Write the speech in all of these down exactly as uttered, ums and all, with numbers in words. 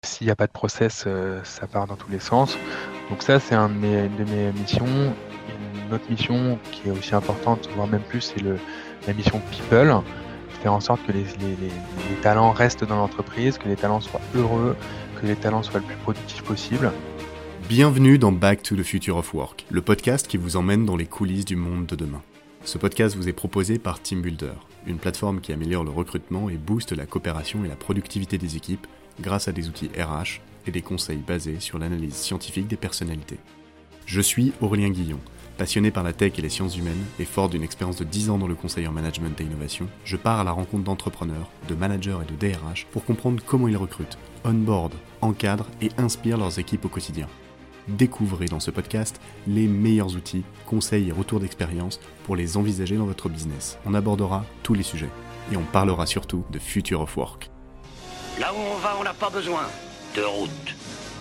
S'il y a pas de process, heu, ça part dans tous les sens. Donc ça, c'est un de mes une de mes missions. Une autre mission qui est aussi importante, voire même plus, c'est le la mission people. Faire en sorte que les les les les talents restent dans l'entreprise, que les talents soient heureux, que les talents soient le plus productifs possible. Bienvenue dans Back to the Future of Work, le podcast qui vous emmène dans les coulisses du monde de demain. Ce podcast vous est proposé par Teambuilder, une plateforme qui améliore le recrutement et booste la coopération et la productivité des équipes grâce à des outils R H et des conseils basés sur l'analyse scientifique des personnalités. Je suis Aurélien Guillon. Passionné par la tech et les sciences humaines et fort d'une expérience de dix ans dans le conseil en management et innovation, je pars à la rencontre d'entrepreneurs, de managers et de D R H pour comprendre comment ils recrutent, onboardent, encadrent et inspirent leurs équipes au quotidien. Découvrez dans ce podcast les meilleurs outils, conseils et retours d'expérience pour les envisager dans votre business. On abordera tous les sujets et on parlera surtout de Future of Work. Là où on va, on n'a pas besoin de route.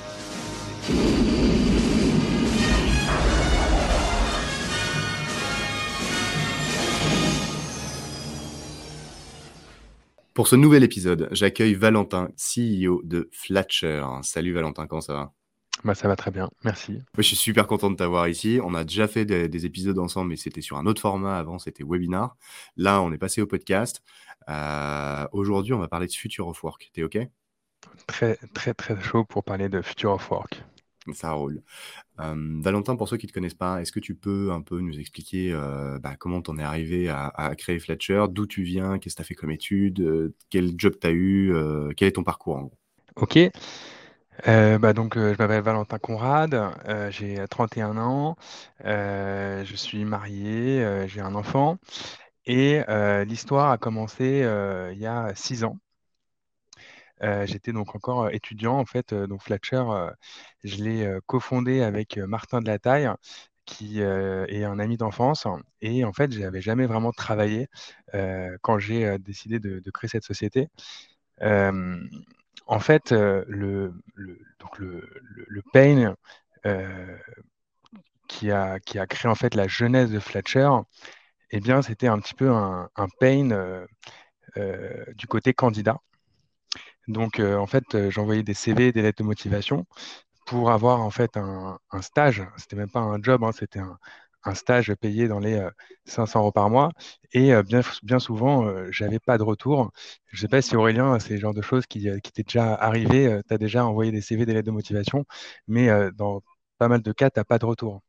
Pour ce nouvel épisode, j'accueille Valentin, C E O de Flatcher. Salut Valentin, comment ça va ? Bah, ça va très bien, merci. Moi, je suis super content de t'avoir ici. On a déjà fait des, des épisodes ensemble, mais c'était sur un autre format. Avant, c'était webinar. Là, on est passé au podcast. Euh, aujourd'hui, on va parler de Future of Work. T'es OK ? Très, très, très chaud pour parler de Future of Work. Ça roule. Euh, Valentin, pour ceux qui ne te connaissent pas, est-ce que tu peux un peu nous expliquer euh, bah, comment t'en es arrivé à, à créer Flatcher, d'où tu viens, qu'est-ce que tu as fait comme études, euh, quel job tu as eu, euh, quel est ton parcours en gros ? OK. Euh, bah donc, euh, je m'appelle Valentin Conrad, euh, j'ai trente et un ans, euh, je suis marié, euh, j'ai un enfant et euh, l'histoire a commencé euh, il y a six ans. Euh, j'étais donc encore euh, étudiant en fait, euh, donc Flatcher, euh, je l'ai euh, cofondé avec euh, Martin Delataille, qui euh, est un ami d'enfance. Et en fait, j'avais jamais vraiment travaillé euh, quand j'ai euh, décidé de, de créer cette société. Euh, En fait, euh, le, le, donc le, le, le pain euh, qui a, qui a créé en fait la genèse de Fletcher, eh bien, c'était un petit peu un, un pain euh, euh, du côté candidat. Donc, euh, en fait, euh, j'envoyais des C V, des lettres de motivation pour avoir en fait un, un stage. C'était même pas un job, hein, c'était un, un stage payé dans les euh, cinq cents euros par mois. Et euh, bien, bien souvent, euh, j'avais pas de retour. Je sais pas si Aurélien, c'est le genre de choses qui, euh, qui t'est déjà arrivé. Tu as déjà envoyé des C V, des lettres de motivation, mais euh, dans pas mal de cas, tu n'as pas de retour.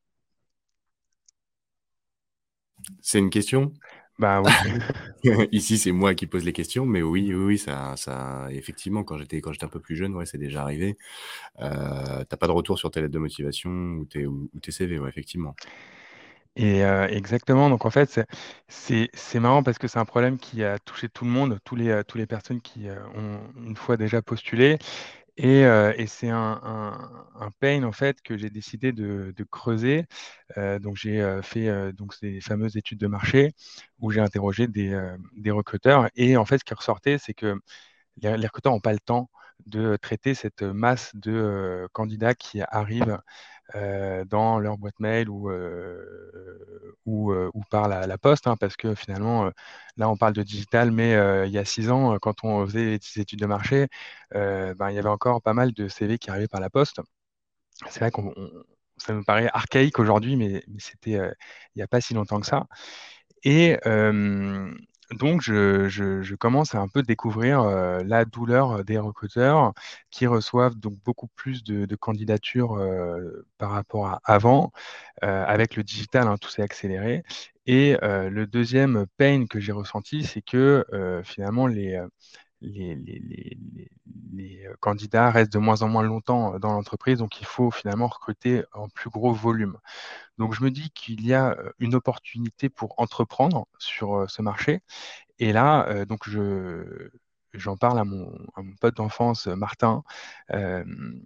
C'est une question ? Bah oui. Ici, c'est moi qui pose les questions, mais oui, oui, oui, ça, ça, effectivement, quand j'étais, quand j'étais un peu plus jeune, ouais, c'est déjà arrivé. Euh, t'as pas de retour sur tes lettres de motivation ou tes, ou, ou tes C V, ouais, effectivement. Et euh, exactement. Donc en fait, c'est c'est c'est marrant parce que c'est un problème qui a touché tout le monde, tous les euh, tous les personnes qui euh, ont une fois déjà postulé. Et, euh, et c'est un, un, un pain en fait que j'ai décidé de, de creuser. Euh, donc j'ai euh, fait euh, donc ces fameuses études de marché où j'ai interrogé des, euh, des recruteurs. Et en fait, ce qui ressortait, c'est que les, les recruteurs n'ont pas le temps de traiter cette masse de euh, candidats qui arrivent euh, dans leur boîte mail ou, euh, ou, euh, ou par la, la poste, hein, parce que finalement, euh, là, on parle de digital, mais euh, il y a six ans, quand on faisait les études de marché, euh, ben, il y avait encore pas mal de C V qui arrivaient par la poste. C'est vrai qu'on on- ça me paraît archaïque aujourd'hui, mais, mais c'était euh, il n'y a pas si longtemps que ça. Et euh, donc, je, je- je commence à un peu découvrir euh, la douleur des recruteurs qui reçoivent donc beaucoup plus de, de candidatures euh, par rapport à avant. Euh, avec le digital, hein, tout s'est accéléré. Et euh, le deuxième pain que j'ai ressenti, c'est que euh, finalement, les, euh, les, les, les, les- les, euh, candidats restent de moins en moins longtemps euh, dans l'entreprise, donc il faut finalement recruter en plus gros volume. Donc je me dis qu'il y a euh, une opportunité pour entreprendre sur euh, ce marché. Et là, euh, donc je, j'en parle à mon, à mon pote d'enfance, Martin, euh,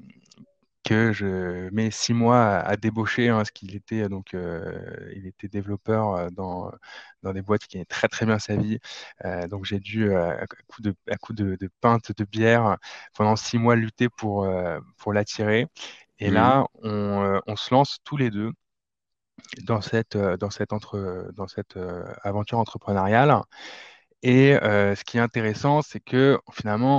que je mets six mois à, à débaucher, hein, parce qu'il était euh, donc euh, il était développeur euh, dans, dans des boîtes qui gagnaient très très bien sa vie. Euh, donc j'ai dû euh, à coup de à coup de, de pinte de bière pendant six mois lutter pour euh, pour l'attirer. Et Mhm. là, on, euh, on se lance tous les deux dans cette euh, dans cette entre dans cette euh, aventure entrepreneuriale. Et euh, ce qui est intéressant, c'est que finalement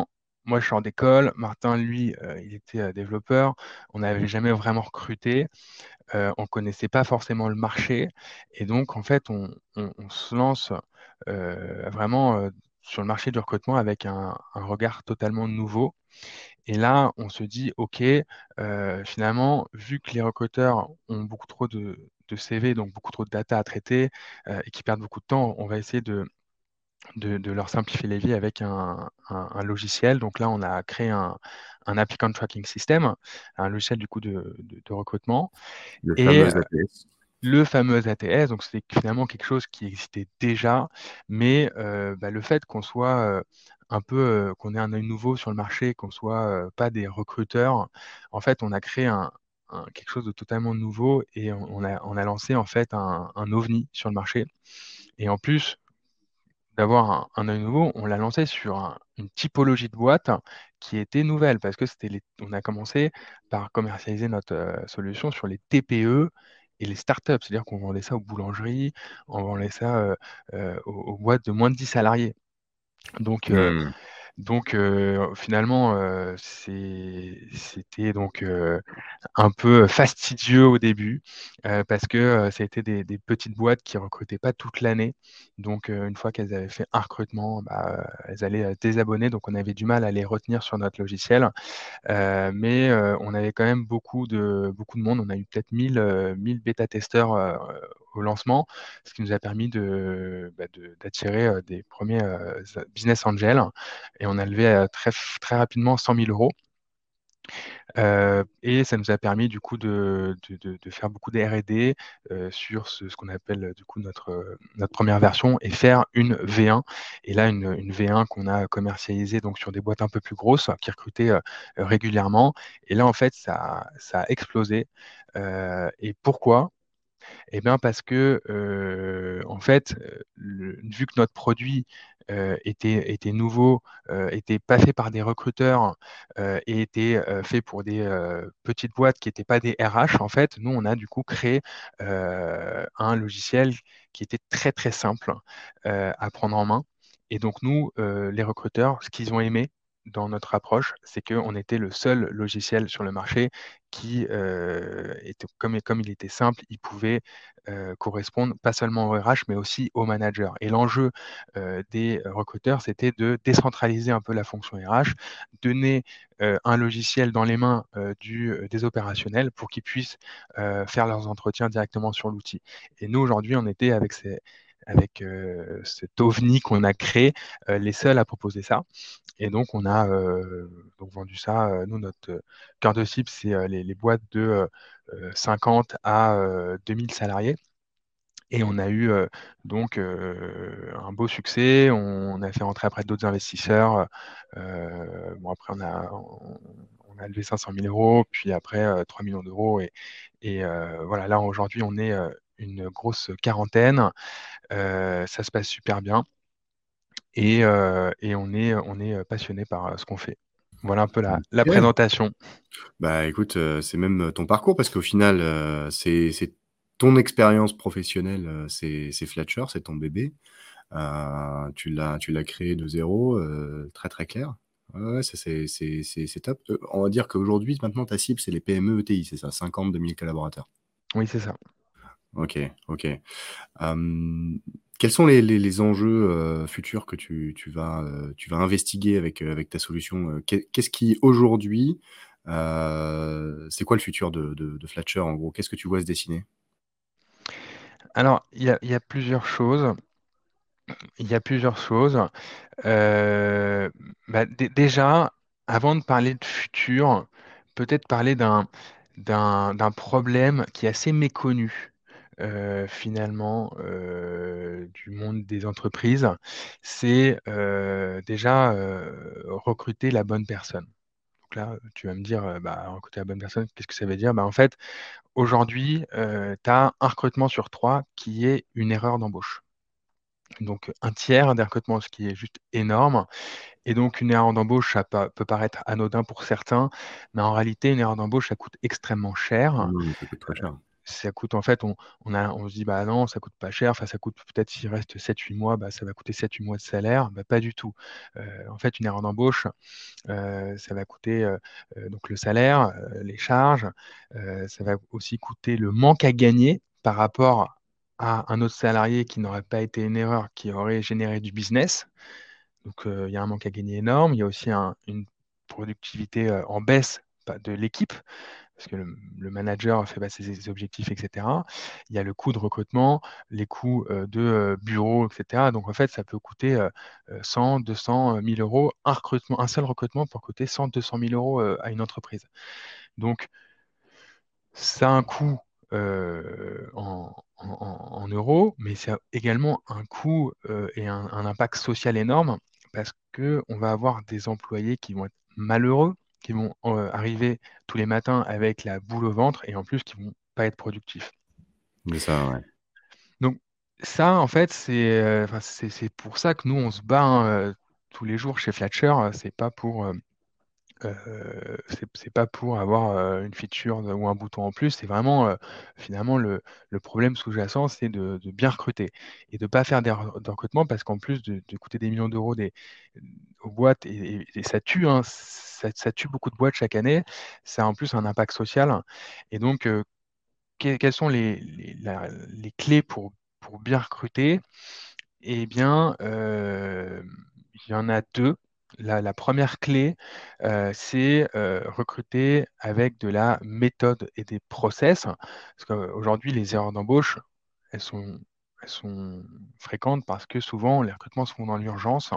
moi, je sors d'école. Martin, lui, euh, il était euh, développeur. On n'avait jamais vraiment recruté. Euh, on ne connaissait pas forcément le marché. Et donc, en fait, on, on- on se lance euh, vraiment euh, sur le marché du recrutement avec un, un regard totalement nouveau. Et là, on se dit, OK, euh, finalement, vu que les recruteurs ont beaucoup trop de, de C V, donc beaucoup trop de data à traiter euh, et qui perdent beaucoup de temps, on va essayer de, de, de leur simplifier les vies avec un, un- un logiciel. Donc là, on a créé un, un applicant tracking system, un logiciel du coup de, de- de recrutement. Le Et fameux A T S. le fameux A T S, donc c'est finalement quelque chose qui existait déjà, mais euh, bah, le fait qu'on soit euh, un peu, euh, qu'on ait un œil nouveau sur le marché, qu'on soit euh, pas des recruteurs, en fait, on a créé un, un- quelque chose de totalement nouveau et on, on a, on a lancé en fait un, un ovni sur le marché. Et en plus, d'avoir un, un œil nouveau, on l'a lancé sur un- une typologie de boîte qui était nouvelle parce que c'était les- on a commencé par commercialiser notre euh, solution sur les T P E et les startups, c'est-à-dire qu'on vendait ça aux boulangeries, on vendait ça euh, euh, aux, aux boîtes de moins de dix salariés. Donc, euh, Hmm. donc euh, finalement, euh, c'est- c'était donc euh, un peu fastidieux au début euh, parce que euh, ça a été des, des petites boîtes qui recrutaient pas toute l'année. Donc, euh, une fois qu'elles avaient fait un recrutement, bah, euh, elles allaient euh, désabonner. Donc, on avait du mal à les retenir sur notre logiciel. Euh, mais euh, on avait quand même beaucoup de, beaucoup de monde. On a eu peut-être mille euh, mille bêta-testeurs euh, au lancement, ce qui nous a permis de, bah, de- d'attirer euh, des premiers euh, business angels. Et on a levé euh, très, très rapidement cent mille euros. Euh, et ça nous a permis du coup de, de, de- de faire beaucoup de R et D euh, sur ce, ce qu'on appelle euh, du coup notre, euh, notre première version et faire une V un. Et là, une, une V un qu'on a commercialisée donc sur des boîtes un peu plus grosses qui recrutaient euh, régulièrement. Et là, en fait, ça, ça a explosé. Euh, et pourquoi? Eh bien, parce que, euh, en fait, euh, le- vu que notre produit euh, était, était nouveau, euh, était pas fait par des recruteurs euh, et était euh, fait pour des euh, petites boîtes qui n'étaient pas des R H, en fait, nous, on a du coup créé euh, un logiciel qui était très, très simple euh, à prendre en main. Et donc, nous, euh, les recruteurs, ce qu'ils ont aimé dans notre approche, c'est qu'on était le seul logiciel sur le marché qui euh, était, comme, comme il était simple, il pouvait euh, correspondent pas seulement au R H, mais aussi aux managers. Et l'enjeu euh, des recruteurs, c'était de décentraliser un peu la fonction R H, donner euh, un logiciel dans les mains euh, du, euh, des opérationnels pour qu'ils puissent euh, faire leurs entretiens directement sur l'outil. Et nous, aujourd'hui, on était avec ces avec euh, cet ovni qu'on a créé, euh, les seuls à proposer ça. Et donc, on a euh, donc vendu ça. Euh, nous, notre euh, cœur de cible, c'est euh, les, les boîtes de euh, euh, cinquante à euh, deux mille salariés. Et on a eu euh, donc euh, un beau succès. On a fait rentrer après d'autres investisseurs. Euh, bon, après, on a, on, on a levé cinq cent mille euros, puis après euh, trois millions d'euros. Et, et euh, voilà, là, aujourd'hui, on est euh, une grosse quarantaine. Euh, ça se passe super bien. Et, euh, et on est, on est passionné par euh, ce qu'on fait. Voilà un peu la, la Ok. présentation. Bah écoute, euh, c'est même ton parcours parce qu'au final, euh, c'est c'est ton expérience professionnelle, euh, c'est c'est Fletcher, c'est ton bébé. Euh, tu l'as tu l'as créé de zéro, euh, très très clair. Ouais, ouais, ça, c'est c'est c'est c'est top. Euh, on va dire qu'aujourd'hui, maintenant, ta cible, c'est les P M E E T I, c'est ça, cinquante deux mille collaborateurs. Oui, c'est ça. Ok, ok. Euh, quels sont les, les, les enjeux euh, futurs que tu, tu vas, euh, tu vas investiguer avec, euh, avec ta solution? euh, qu'est- Qu'est-ce qui, aujourd'hui, euh, c'est quoi le futur de, de, de Fletcher, en gros? Qu'est-ce que tu vois se dessiner? Alors, il y a, il y a plusieurs choses. Il y a plusieurs choses. Euh, bah, dé- déjà, avant de parler de futur, peut-être parler d'un d'un d'un problème qui est assez méconnu euh, finalement euh, du monde des entreprises. C'est euh, déjà euh, recruter la bonne personne. Donc là, tu vas me dire, euh, bah, recruter la bonne personne, qu'est-ce que ça veut dire? Bah, en fait, aujourd'hui, tu as un recrutement sur trois qui est une erreur d'embauche. Donc un tiers des recrutements, ce qui est juste énorme. Et donc, une erreur d'embauche, ça pa- peut paraître anodin pour certains, mais en réalité, une erreur d'embauche, ça coûte extrêmement cher. Mmh, ça coûte très cher. ça coûte en fait, on, on, a, on se dit bah non, ça coûte pas cher, enfin ça coûte peut-être s'il reste sept huit mois, bah, ça va coûter sept huit mois de salaire, bah, pas du tout. Euh, en fait, une erreur d'embauche, euh, ça va coûter euh, euh, donc le salaire, euh, les charges, euh, ça va aussi coûter le manque à gagner par rapport à un autre salarié qui n'aurait pas été une erreur, qui aurait généré du business. Donc, euh, il y a un manque à gagner énorme. Il y a aussi un- une productivité euh, en baisse bah, de l'équipe, parce que le, le manager fait passer ses objectifs, et cetera. Il y a le coût de recrutement, les coûts euh, de euh, bureau, et cetera. Donc, en fait, ça peut coûter euh, euh, cent, deux cents mille euros. Un recrutement, un seul recrutement peut coûter cent, deux cent mille euros euh, à une entreprise. Donc, ça a un coût euh, en, en- en- en euros, mais ça a également un coût euh, et un, un impact social énorme parce qu'on va avoir des employés qui vont être malheureux, qui vont euh, arriver tous les matins avec la boule au ventre et en plus qui vont pas être productifs. C'est ça, ouais. Donc ça, en fait, c'est euh, enfin, c'est c'est pour ça que nous, on se bat hein, euh, tous les jours chez Flatcher. C'est pas pour euh, euh, c'est c'est pas pour avoir euh, une feature ou un bouton en plus, c'est vraiment euh, finalement le, le problème sous-jacent, c'est de, de bien recruter et de ne pas faire des re- de recrutement parce qu'en plus de, de coûter des millions d'euros des, aux boîtes, et, et- et ça tue, hein, ça, ça tue beaucoup de boîtes chaque année, ça a en plus un impact social. Et donc, euh, que- quelles sont les, les, la- les clés pour, pour bien recruter? Eh bien, euh, il y en a deux. La, la première clé, euh, c'est euh, recruter avec de la méthode et des process. Parce qu'aujourd'hui, les erreurs d'embauche, elles sont, elles sont fréquentes parce que souvent, les recrutements se font dans l'urgence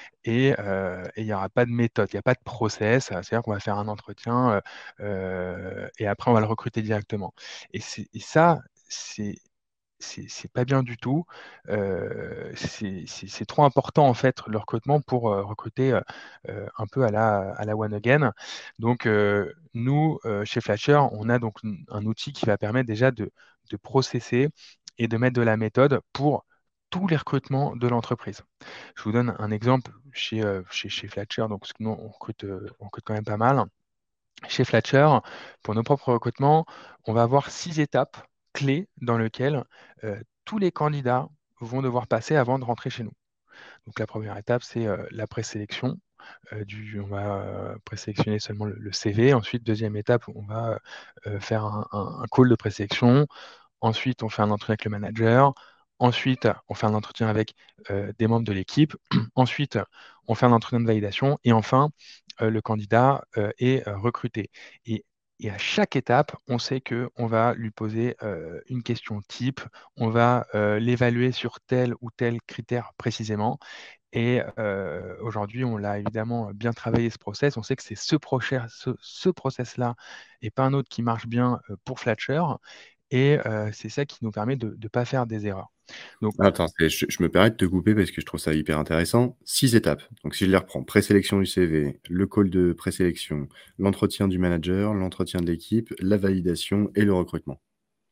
et euh, et il n'y aura pas de méthode, il n'y a pas de process. C'est-à-dire qu'on va faire un entretien euh, euh, et après, on va le recruter directement. Et, c'est- et ça, c'est c'est c'est pas bien du tout. Euh, c'est c'est- c'est trop important en fait le recrutement pour euh, recruter euh, euh, un peu à la, à la one again. Donc euh, nous, euh, chez Flasher, on a donc un un outil qui va permettre déjà de, de processer et de mettre de la méthode pour tous les recrutements de l'entreprise. Je vous donne un exemple chez, euh, chez, chez Fletcher, donc parce que nous, on recrute, euh, on recrute quand même pas mal. Chez Fletcher, pour nos propres recrutements, on va avoir six étapes clés dans lesquelles euh, tous les candidats vont devoir passer avant de rentrer chez nous. Donc la première étape, c'est euh, la présélection. Euh, du, on va euh, présélectionner seulement le, le C V. Ensuite, deuxième étape, on va euh, faire un, un- un call de présélection. Ensuite, on fait un entretien avec le manager. Ensuite, on fait un entretien avec euh, des membres de l'équipe. Ensuite, on fait un entretien de validation. Et enfin, euh, le candidat euh, est euh, recruté. Et, et à chaque étape, on sait qu'on va lui poser euh, une question type. On va euh, l'évaluer sur tel ou tel critère précisément. Et euh, aujourd'hui, on l'a évidemment bien travaillé ce process. On sait que c'est ce, proche- ce, ce process-là et pas un autre qui marche bien euh, pour Flatcher. Et euh, c'est ça qui nous permet de ne pas faire des erreurs. Donc, Attends, c'est je je me permets de te couper parce que je trouve ça hyper intéressant. Six étapes. Donc si je les reprends, présélection du C V, le call de présélection, l'entretien du manager, l'entretien de l'équipe, la validation et le recrutement.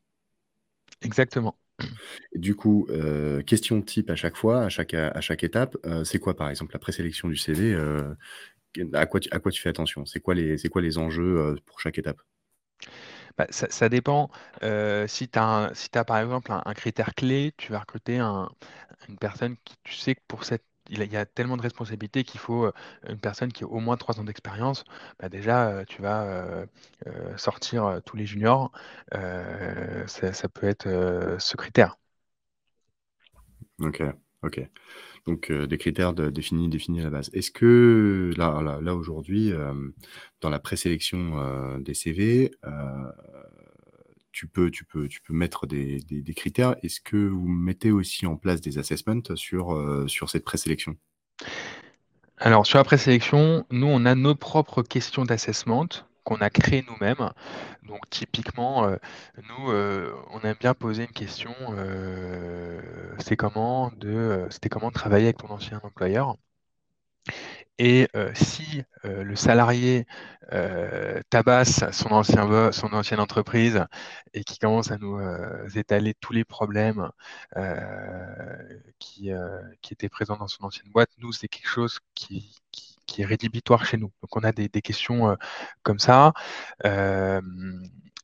exactement. Et du coup, heu, question type à chaque fois, à chaque à chaque étape, heu, c'est quoi par exemple la présélection du C V, heu, à quoi tu à quoi tu fais attention? C'est quoi les c'est quoi les enjeux, heu, pour chaque étape? Bah, ça, ça dépend. Euh, si tu as, si t'as, par exemple un, un critère clé, tu vas recruter un- une personne qui, tu sais que pour cette. Il y a il y a tellement de responsabilités qu'il faut euh, une personne qui a au moins trois ans d'expérience. Bah déjà, euh, tu vas euh, euh, sortir euh, tous les juniors. Euh, ça, ça peut être euh, ce critère. OK, OK. Donc, heu, des critères de définis définis à la base. Est-ce que là là là aujourd'hui, hem, dans la présélection, heu, des C V, heu, tu peux tu peux tu peux mettre des des des critères. Est-ce que vous mettez aussi en place des assessments sur, heu, sur cette présélection? Alors, sur la présélection, nous, on a nos propres questions d'assessment qu'on a créées nous-mêmes. Donc, typiquement, euh, nous, euh, on aime bien poser une question, euh, c'est comment de, euh, c'était comment de travailler avec ton ancien employeur? Et euh, si euh, le salarié euh, tabasse son ancien bo- son ancienne entreprise et qui commence à nous euh, étaler tous les problèmes euh, qui, euh, qui étaient présents dans son ancienne boîte, nous, c'est quelque chose qui, qui, qui est rédhibitoire chez nous. Donc, on a des, des questions euh, comme ça. Euh,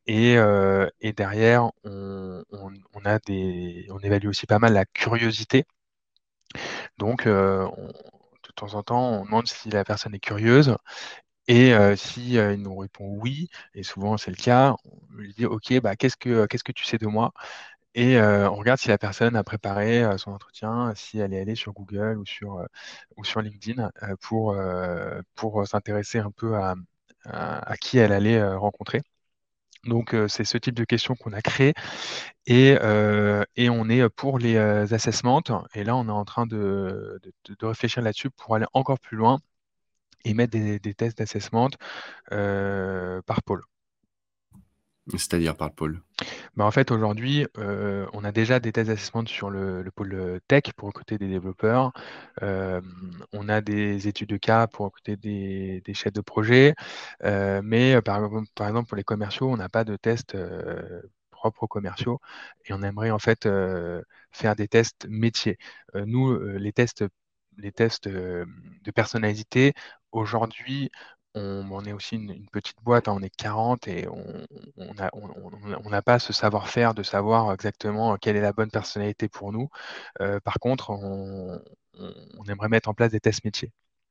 Et, euh, et derrière, on, on, on a des, on évalue aussi pas mal la curiosité. Donc, euh, on- de temps en temps, on demande si la personne est curieuse. Et euh, si euh, il nous répond oui, et souvent c'est le cas, on lui dit OK, bah, qu'est-ce que, qu'est-ce que tu sais de moi? Et euh, on regarde si la personne a préparé euh, son entretien, si elle est allée sur Google ou sur, euh, ou sur LinkedIn euh, pour, euh, pour s'intéresser un peu à, à, à qui elle allait euh, rencontrer. Donc, euh, c'est ce type de questions qu'on a créé et, euh, et on est pour les euh, assessments. Et là, on est en train de, de, de réfléchir là-dessus pour aller encore plus loin et mettre des, des tests d'assessment euh, par pôle. C'est-à-dire par le pôle. Bah, en fait, aujourd'hui, euh, on a déjà des tests d'assessment sur le, le pôle euh, tech pour recruter des développeurs. Euh, on a des études de cas pour recruter des, des chefs de projet. Euh, mais euh, par, exemple- par exemple, pour les commerciaux, on n'a pas de tests euh, propres aux commerciaux. Et on aimerait en fait euh, faire des tests métiers. Euh, nous, euh, les tests, les tests euh, de personnalité, aujourd'hui, on, on est aussi une, une petite boîte, hein, on est quarante et on on a- on- on- on n'a pas ce savoir-faire de savoir exactement quelle est la bonne personnalité pour nous. Euh, par contre, on, on- on aimerait mettre en place des tests métiers.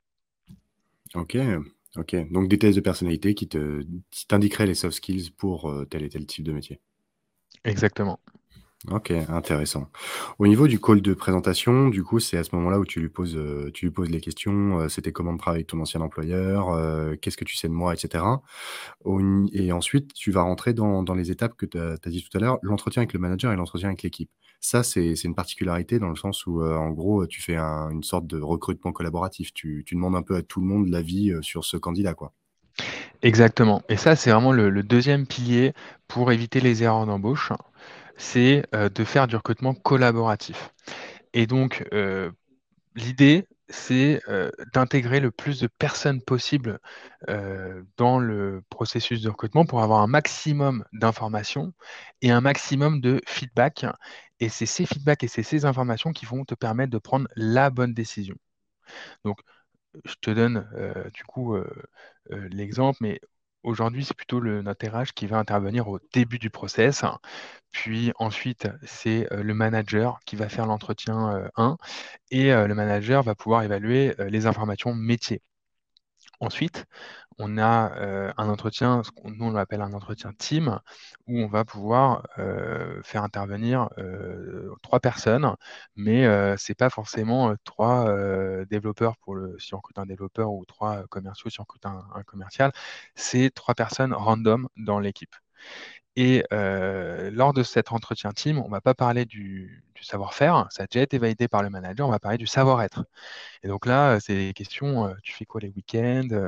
OK, OK. Donc des tests de personnalité qui te qui t'indiqueraient les soft skills pour, heu, tel et tel type de métier. Exactement. OK, intéressant. Au niveau du call de présentation, du coup, c'est à ce moment-là où tu lui poses, heu, tu lui poses les questions, heu: «C'était comment de travailler avec ton ancien employeur? Heu, qu'est-ce que tu sais de moi?» et cetera. Au ni et ensuite, tu vas rentrer dans dans les étapes que tu as dit tout à l'heure, l'entretien avec le manager et l'entretien avec l'équipe. Ça, c'est c'est une particularité dans le sens où, heu, en gros, tu fais un une sorte de recrutement collaboratif. Tu tu demandes un peu à tout le monde l'avis, heu, sur ce candidat, quoi. Exactement. Et ça, c'est vraiment le, le deuxième pilier pour éviter les erreurs d'embauche, c'est euh, de faire du recrutement collaboratif. Et donc, euh, l'idée, c'est euh, d'intégrer le plus de personnes possible euh, dans le processus de recrutement pour avoir un maximum d'informations et un maximum de feedback. Et c'est ces feedbacks et c'est ces informations qui vont te permettre de prendre la bonne décision. Donc, je te donne euh, du coup euh, euh, l'exemple, mais aujourd'hui, c'est plutôt le, notre R H qui va intervenir au début du process. Puis ensuite, c'est euh, le manager qui va faire l'entretien euh, un et euh, le manager va pouvoir évaluer euh, les informations métiers. Ensuite, on a euh, un entretien, ce qu'on- nous on l'appelle un entretien team, où on va pouvoir euh, faire intervenir euh, trois personnes, mais euh, c'est pas forcément euh, trois euh, développeurs pour le, si on recrute un développeur ou trois euh, commerciaux si on recrute un, un commercial, c'est trois personnes random dans l'équipe. Et euh, lors de cet entretien team, on ne va pas parler du, du savoir-faire, ça a déjà été validé par le manager, on va parler du savoir-être. Et donc là, c'est des questions, euh, tu fais quoi les week-ends? Euh,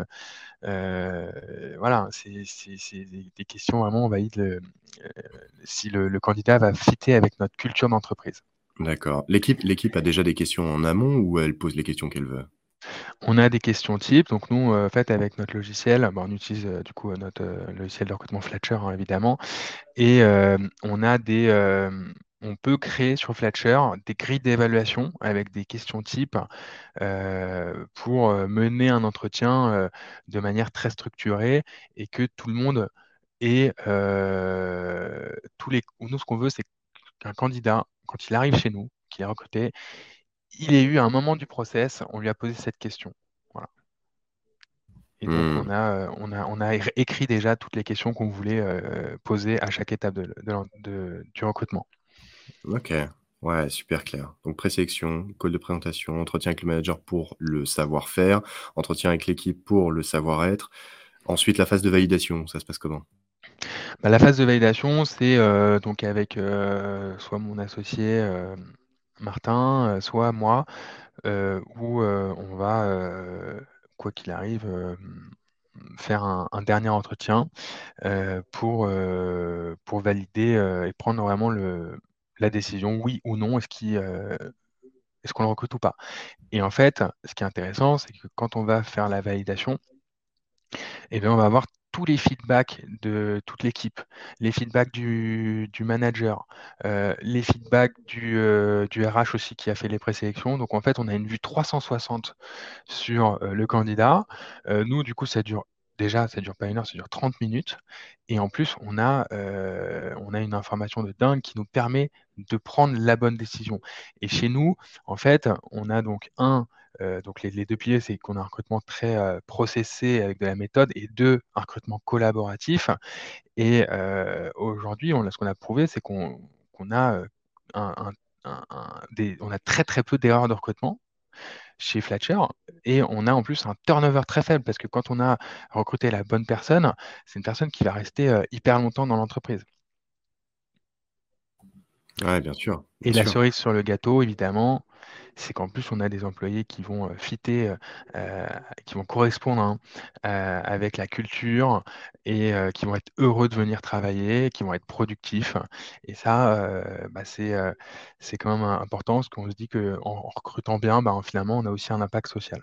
euh, voilà, c'est c'est- c'est des, des questions vraiment, on valide le, euh, si le, le candidat va fitter avec notre culture d'entreprise. D'accord. L'équipe l'équipe a déjà des questions en amont ou elle pose les questions qu'elle veut? On a des questions types, donc nous, euh, en fait, avec notre logiciel, bah, on utilise euh, du coup euh, notre euh, logiciel de recrutement Fletcher, hein, évidemment, et euh, on a des, euh, on peut créer sur Fletcher des grilles d'évaluation avec des questions types euh, pour euh, mener un entretien euh, de manière très structurée et que tout le monde ait euh, tous les. Nous, ce qu'on veut, c'est qu'un candidat, quand il arrive chez nous, qu'il est recruté, il ait eu à un moment du process, on lui a posé cette question. Voilà. Et donc, Mmh. on a, euh, on a, on a é- écrit déjà toutes les questions qu'on voulait euh, poser à chaque étape de, de l'en- de- du recrutement. OK. Ouais, super clair. Donc présélection, call de présentation, entretien avec le manager pour le savoir-faire, entretien avec l'équipe pour le savoir-être. Ensuite, la phase de validation, ça se passe comment? Bah, la phase de validation, c'est euh, donc avec euh, soit mon associé euh, Martin, euh, soit moi, euh, où euh, on va, euh, quoi qu'il arrive, euh, faire un, un dernier entretien euh, pour, euh, pour valider euh, et prendre vraiment le, la décision, oui ou non, est-ce qu'il, euh, est-ce qu'on le recrute ou pas. Et en fait, ce qui est intéressant, c'est que quand on va faire la validation, eh bien, on va avoir tous les feedbacks de toute l'équipe, les feedbacks du, du manager, euh, les feedbacks du, euh, du R H aussi qui a fait les présélections. Donc en fait, on a une vue trois cent soixante sur euh, le candidat. Euh, nous, du coup, ça dure déjà, ça dure pas une heure, ça dure trente minutes. Et en plus, on a, euh, on a une information de dingue qui nous permet de prendre la bonne décision. Et chez nous, en fait, on a donc un, euh, donc les, les deux piliers, c'est qu'on a un recrutement très euh, processé avec de la méthode, et deux, un recrutement collaboratif. Et euh, aujourd'hui, on, ce qu'on a prouvé, c'est qu'on qu'on a euh, un, un- un- un- des, on a très très peu d'erreurs de recrutement chez Fletcher, et on a en plus un turnover très faible, parce que quand on a recruté la bonne personne, c'est une personne qui va rester euh, hyper longtemps dans l'entreprise. Ouais, bien sûr, bien Et la sûr. cerise sur le gâteau, évidemment, c'est qu'en plus, on a des employés qui vont euh, fitter, euh, euh, qui vont correspondre, hein, euh, avec la culture, et euh, qui vont être heureux de venir travailler, qui vont être productifs. Et ça, euh, bah, c'est euh, c'est quand même important, parce qu'on se dit qu'en en recrutant bien, bah, finalement, on a aussi un impact social.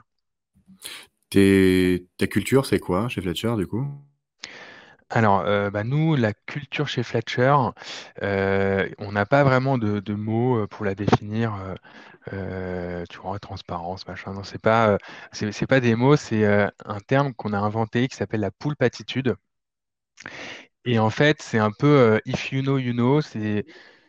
Tes- ta culture, c'est quoi chez Fletcher, du coup? Alors, euh, bah, nous, la culture chez Fletcher, euh, on n'a pas vraiment de, de mots euh, pour la définir. euh, euh, tu vois, transparence, machin. Non, c'est pas, euh, c'est c'est pas des mots, c'est euh, un terme qu'on a inventé qui s'appelle la poulpe attitude. Et en fait, c'est un peu euh, if you know, you know. C'est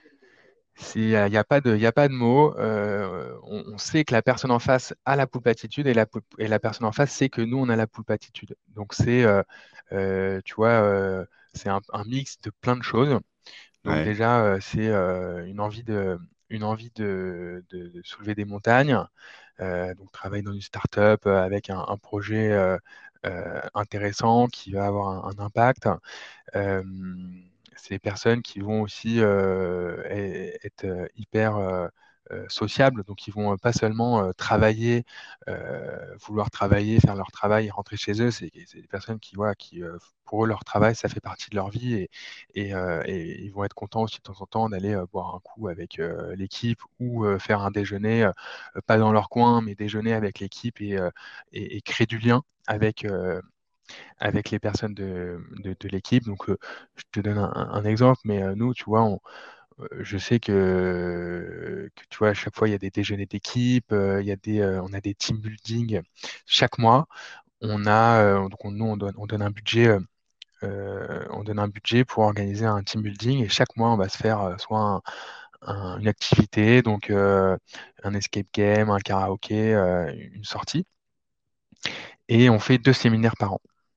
Il n'y a, y a pas de, y a pas de mots. Euh, on, on sait que la personne en face a la poulpe attitude, et la, pou- et la personne en face sait que nous, on a la poulpe attitude. Donc, c'est, euh, euh, tu vois, euh, c'est un, un mix de plein de choses. Donc, Ouais. déjà, euh, c'est euh, une envie de, une envie de, de- de soulever des montagnes. Euh, donc, travailler dans une start-up euh, avec un, un projet euh, euh, intéressant qui va avoir un, un impact. Euh, c'est des personnes qui vont aussi euh, e- être euh, hyper euh, euh, sociables, donc ils vont euh, pas seulement euh, travailler, euh, vouloir travailler, faire leur travail et rentrer chez eux. C'est c'est des personnes qui, voilà, qui euh, pour eux, leur travail, ça fait partie de leur vie, et, et, euh, et ils vont être contents aussi de temps en temps d'aller euh, boire un coup avec euh, l'équipe, ou euh, faire un déjeuner, euh, pas dans leur coin, mais déjeuner avec l'équipe, et, euh, et, et créer du lien avec, euh, avec les personnes de, de, de l'équipe. Donc, euh, je te donne un, un exemple, mais euh, nous, tu vois, on, euh, je sais que, que, tu vois, à chaque fois, il y a des déjeuners d'équipe, euh, il y a des, euh, on a des team building chaque mois. On a, euh, donc on- nous, on donne, on donne un budget. euh, euh, on donne un budget pour organiser un team building, et chaque mois, on va se faire euh, soit un- un- une activité, donc euh, un escape game, un karaoké, euh, une sortie, et on fait deux séminaires par an.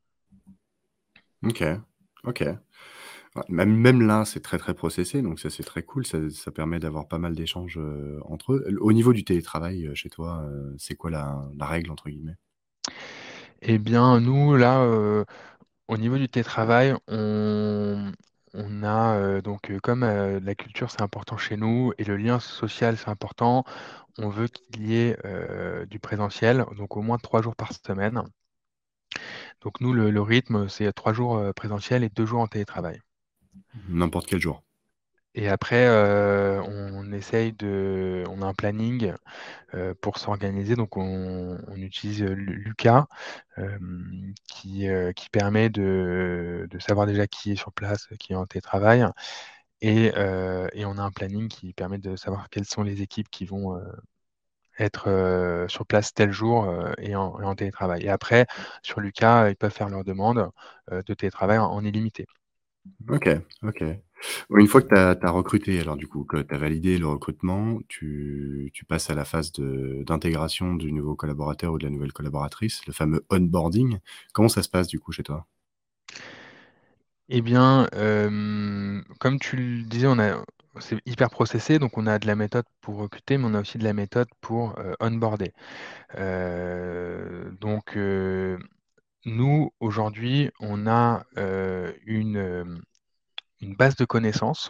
Ok, ok. Ouais, Même, même là, c'est très très processé, donc ça c'est très cool. Ça, ça permet d'avoir pas mal d'échanges euh, entre eux. Au niveau du télétravail, euh, chez toi, euh, c'est quoi la, la règle entre guillemets? Eh bien, nous, là, euh, au niveau du télétravail, on, on a euh, donc euh, comme euh, la culture c'est important chez nous, et le lien social c'est important, on veut qu'il y ait euh, du présentiel, donc au moins trois jours par semaine. Donc nous, le, le rythme, c'est trois jours euh, présentiel et deux jours en télétravail. N'importe quel jour. Et après, euh, on essaye de, on a un planning euh, pour s'organiser. Donc, on, on utilise euh, Lu- Lucas, euh, qui, euh, qui permet de, de savoir déjà qui est sur place, qui est en télétravail. Et, euh, et on a un planning qui permet de savoir quelles sont les équipes qui vont euh, être euh, sur place tel jour euh, et, en, et en télétravail. Et après, sur Lucas, ils peuvent faire leur demande euh, de télétravail en, en illimité. Ok, ok. Bon, une fois que tu as recruté, alors du coup, que tu as validé le recrutement, tu, tu passes à la phase de d'intégration du nouveau collaborateur ou de la nouvelle collaboratrice, le fameux onboarding. Comment ça se passe du coup chez toi? Eh bien, euh, comme tu le disais, on a, c'est hyper processé, donc on a de la méthode pour recruter, mais on a aussi de la méthode pour euh, onboarder. Euh, donc, euh, nous, aujourd'hui, on a euh, une, euh, une base de connaissances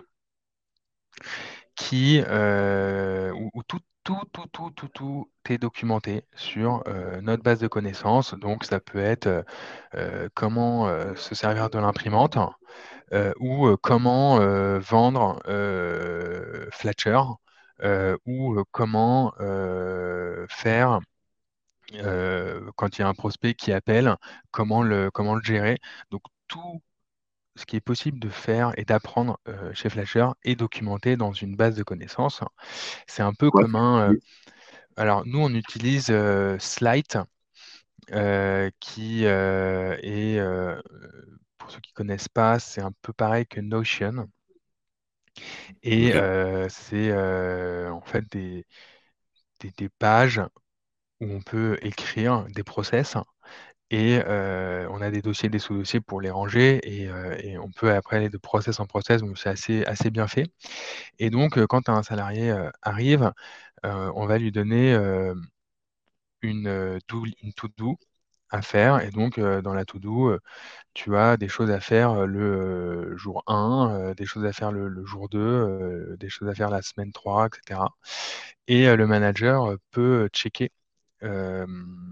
qui, euh, où, où tout, tout, tout, tout, tout, tout est documenté sur euh, notre base de connaissances. Donc, ça peut être euh, euh, comment euh, se servir de l'imprimante, euh, ou euh, comment euh, vendre euh, Fletcher, euh, ou euh, comment euh, faire euh, quand il y a un prospect qui appelle, comment le, comment le gérer. Donc tout ce qui est possible de faire et d'apprendre euh, chez Fletcher est documenté dans une base de connaissances. C'est un peu Quoi, comme tu un... euh, utilises alors nous, on utilise euh, Slide. euh, qui euh, est, euh, pour ceux qui connaissent pas, c'est un peu pareil que Notion. Et Ok. euh, c'est euh, en fait des, des, des pages où on peut écrire des process et euh, on a des dossiers, des sous-dossiers pour les ranger et, euh, et on peut après aller de process en process, donc c'est assez, assez bien fait. Et donc, euh, quand un salarié euh, arrive, euh, on va lui donner euh, une, euh, to- une to-do à faire. Et donc, euh, dans la to-do, euh, tu as des choses à faire euh, le euh, jour un, euh, des choses à faire le, le jour deux, euh, des choses à faire la semaine trois, et cetera. Et euh, le manager euh, peut checker euh,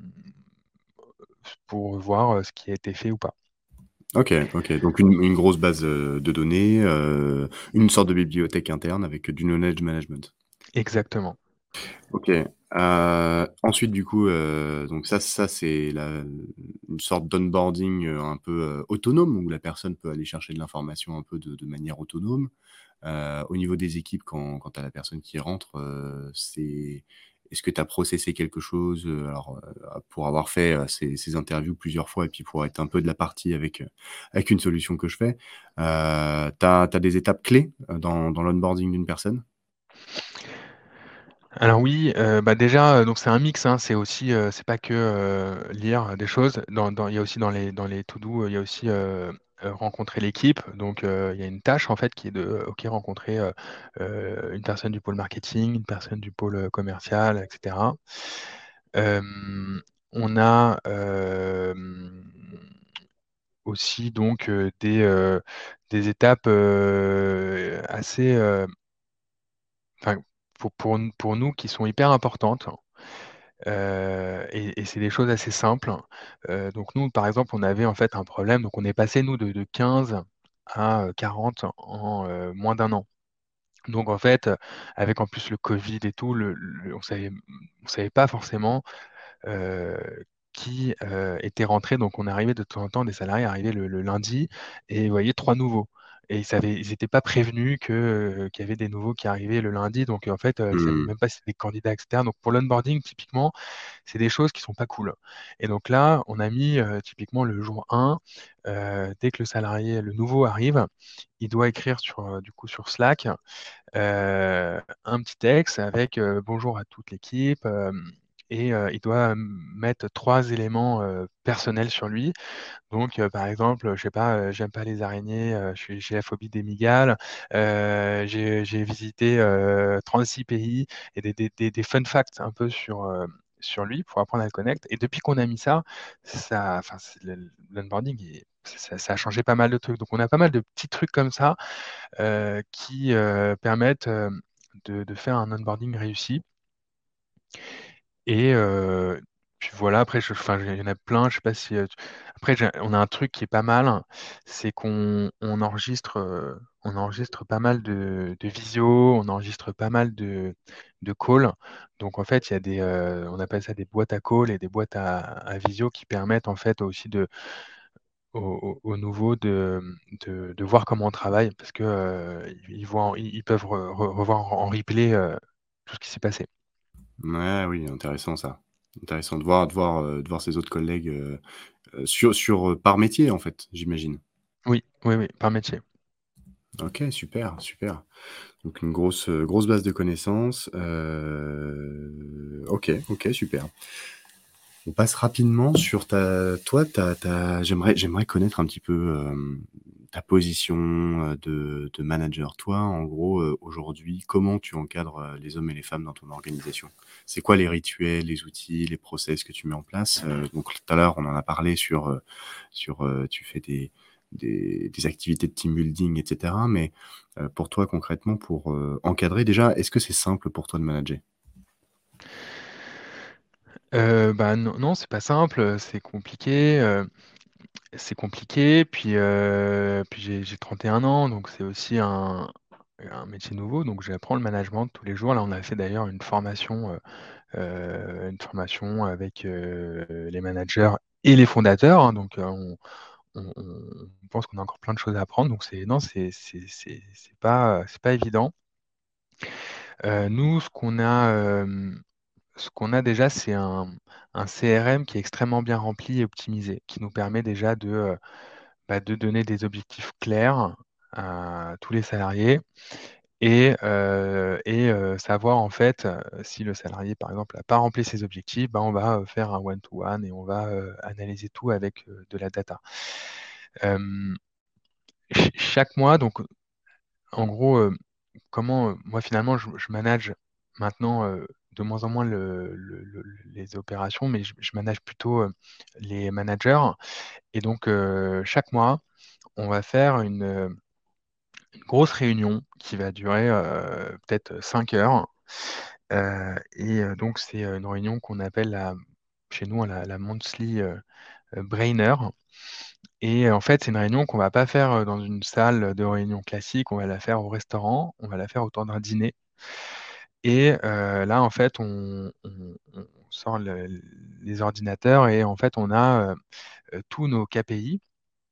pour voir euh, ce qui a été fait ou pas. Ok, ok. Donc une, une grosse base euh, de données, euh, une sorte de bibliothèque interne avec du knowledge management. Exactement. Ok. Euh, ensuite, du coup, euh, donc ça, ça c'est la- une sorte d'onboarding euh, un peu euh, autonome où la personne peut aller chercher de l'information un peu de, de manière autonome. Euh, au niveau des équipes, quand, quand tu as la personne qui rentre, euh, c'est est-ce que tu as processé quelque chose euh, alors, euh, pour avoir fait euh, ces, ces interviews plusieurs fois et puis pour être un peu de la partie avec, euh, avec une solution que je fais, euh, tu as des étapes clés euh, dans, dans l'onboarding d'une personne? Alors oui, euh, bah déjà, euh, donc c'est un mix, hein, c'est aussi, euh, c'est pas que euh, lire des choses. Dans, dans- il y a aussi dans les dans les to-do, euh, il y a aussi euh, euh, rencontrer l'équipe. Donc euh, il y a une tâche en fait qui est de, euh, ok, rencontrer euh, euh, une personne du pôle marketing, une personne du pôle euh, commercial, et cetera. Euh, on a euh, aussi donc euh, des euh, des étapes euh, assez, euh, enfin, pour, pour, pour nous qui sont hyper importantes. Euh, et, et c'est des choses assez simples. Euh, donc nous, par exemple, on avait en fait un problème. Donc on est passé, nous, de, de quinze à euh, quarante en euh, moins d'un an. Donc en fait, euh, avec en plus le Covid et tout, le, le- on savait, on savait pas forcément euh, qui euh, était rentré. Donc on arrivait de temps en temps, des salariés arrivaient le, le lundi et vous voyez trois nouveaux. Et ils savaient, ils n'étaient pas prévenus que, euh, qu'il y avait des nouveaux qui arrivaient le lundi. Donc en fait, euh, ils ne savaient Hmm. même pas si c'était des candidats externes. Donc pour l'onboarding, typiquement, c'est des choses qui sont pas cool. Et donc là, on a mis euh, typiquement le jour un, euh, dès que le salarié, le nouveau arrive, il doit écrire sur, euh, du coup, sur Slack euh, un petit texte avec euh, bonjour à toute l'équipe. Euh, et euh, il doit mettre trois éléments euh, personnels sur lui. Donc, euh, par exemple, je sais pas, euh, j'aime pas les araignées, euh, je suis- j'ai la phobie des migales, euh, j'ai j'ai visité euh, trente-six pays et des, des, des- des fun facts un peu sur, euh, sur lui pour apprendre à le connaître. Et depuis qu'on a mis ça, ça, enfin, c'est- le- l'onboarding, il- ça, ça a changé pas mal de trucs. Donc, on a pas mal de petits trucs comme ça euh, qui euh, permettent euh, de, de faire un onboarding réussi. Et euh, puis voilà, après, je, enfin, il y en a plein. Je sais pas si. euh, tu- Après, j'ai- on a un truc qui est pas mal, c'est qu'on on enregistre, euh, on enregistre pas mal de, de visio, on enregistre pas mal de, de calls. Donc en fait, il y a des, euh, on appelle ça des boîtes à calls et des boîtes à, à visio qui permettent en fait aussi de, aux, aux- aux nouveaux de, de, de voir comment on travaille parce que euh, ils, ils voient, en- ils ils peuvent re- re- revoir en replay euh, tout ce qui s'est passé. Ouais, oui, intéressant ça. Intéressant de voir, de voir, euh, de voir ses autres collègues euh, euh, sur, sur, euh, par métier, en fait, j'imagine. Oui, oui, oui, par métier. Ok, super, super. Donc une grosse, euh, grosse base de connaissances. Euh, Ok, ok, super. On passe rapidement sur ta, toi, ta, ta, j'aimerais, j'aimerais connaître un petit peu euh, ta position euh, de, de manager. Toi, en gros, euh, aujourd'hui, comment tu encadres euh, les hommes et les femmes dans ton organisation? C'est quoi les rituels, les outils, les process que tu mets en place? Euh, donc tout à l'heure, on en a parlé sur, euh, sur, euh, tu fais des, des, des activités de team building, et cetera. Mais euh, pour toi, concrètement, pour euh, encadrer, déjà, est-ce que c'est simple pour toi de manager? Euh, bah non, non, c'est pas simple, c'est compliqué, euh, c'est compliqué. Puis, euh, puis j'ai j'ai trente et un ans, donc c'est aussi un, un métier nouveau. Donc j'apprends le management tous les jours. Là, on a fait d'ailleurs une formation, euh, euh, une formation avec euh, les managers et les fondateurs. Hein. Donc euh, on, on- on pense qu'on a encore plein de choses à apprendre. Donc c'est non, c'est c'est c'est c'est pas c'est pas évident. Euh, nous, ce qu'on a euh, ce qu'on a déjà, c'est un, un C R M qui est extrêmement bien rempli et optimisé, qui nous permet déjà de, euh, bah, de donner des objectifs clairs à tous les salariés et, euh, et euh, savoir en fait euh, si le salarié, par exemple, n'a pas rempli ses objectifs, bah, on va euh, faire un one-to-one et on va euh, analyser tout avec euh, de la data. Euh, ch- chaque mois, donc en gros, euh, comment euh, moi finalement je, je manage maintenant euh, de moins en moins le- le- le- les opérations, mais je, je manage plutôt euh, les managers. Et donc euh, chaque mois, on va faire une, euh, une grosse réunion qui va durer euh, peut-être cinq heures. Euh, et euh, donc c'est euh, une réunion qu'on appelle la, chez nous la, la monthly euh, euh, brainer. Et euh, en fait, c'est une réunion qu'on va pas faire euh, dans une salle de réunion classique, on va la faire au restaurant, on va la faire autour d'un dîner. Et euh, là, en fait, on, on- on sort le- les ordinateurs et en fait, on a euh, tous nos K P I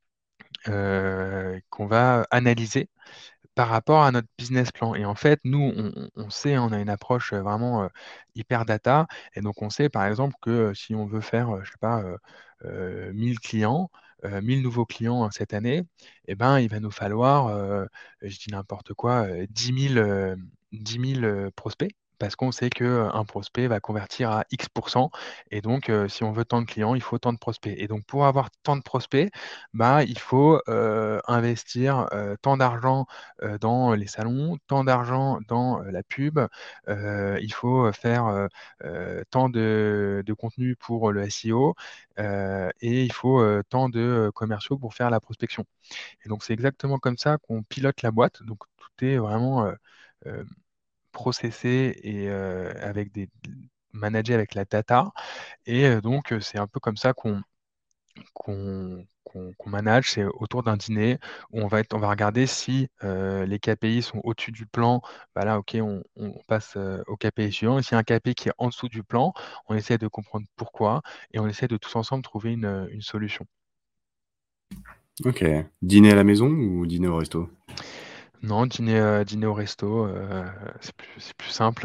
euh, qu'on va analyser par rapport à notre business plan. Et en fait, nous, on, on- on sait, hein, on a une approche euh, vraiment euh, hyper data. Et donc, on sait, par exemple, que euh, si on veut faire, euh, je sais pas, euh, euh, mille clients, euh, mille nouveaux clients euh, cette année, eh ben, il va nous falloir, euh, je dis n'importe quoi, euh, dix mille, euh, dix mille euh, prospects. Parce qu'on sait qu'un prospect va convertir à X pour cent. Et donc, euh, si on veut tant de clients, il faut tant de prospects. Et donc, pour avoir tant de prospects, bah, il faut euh, investir euh, tant d'argent euh, dans les salons, tant d'argent dans euh, la pub, euh, il faut faire euh, euh, tant de, de contenu pour le S E O euh, et il faut euh, tant de euh, commerciaux pour faire la prospection. Et donc c'est exactement comme ça qu'on pilote la boîte. Donc tout est vraiment euh, euh, processé et euh, avec des managé avec la data. Et euh, donc euh, c'est un peu comme ça qu'on qu'on qu'on qu'on manage, c'est autour d'un dîner où on va être, on va regarder si euh, les K P I sont au-dessus du plan. Bah là, ok, on, on passe euh, au K P I suivant. Et s'il y a un K P I qui est en dessous du plan, on essaie de comprendre pourquoi et on essaie de tous ensemble trouver une, une solution. Ok. Dîner à la maison ou dîner au resto? Non, dîner, euh, dîner au resto, euh, c'est plus, c'est plus simple.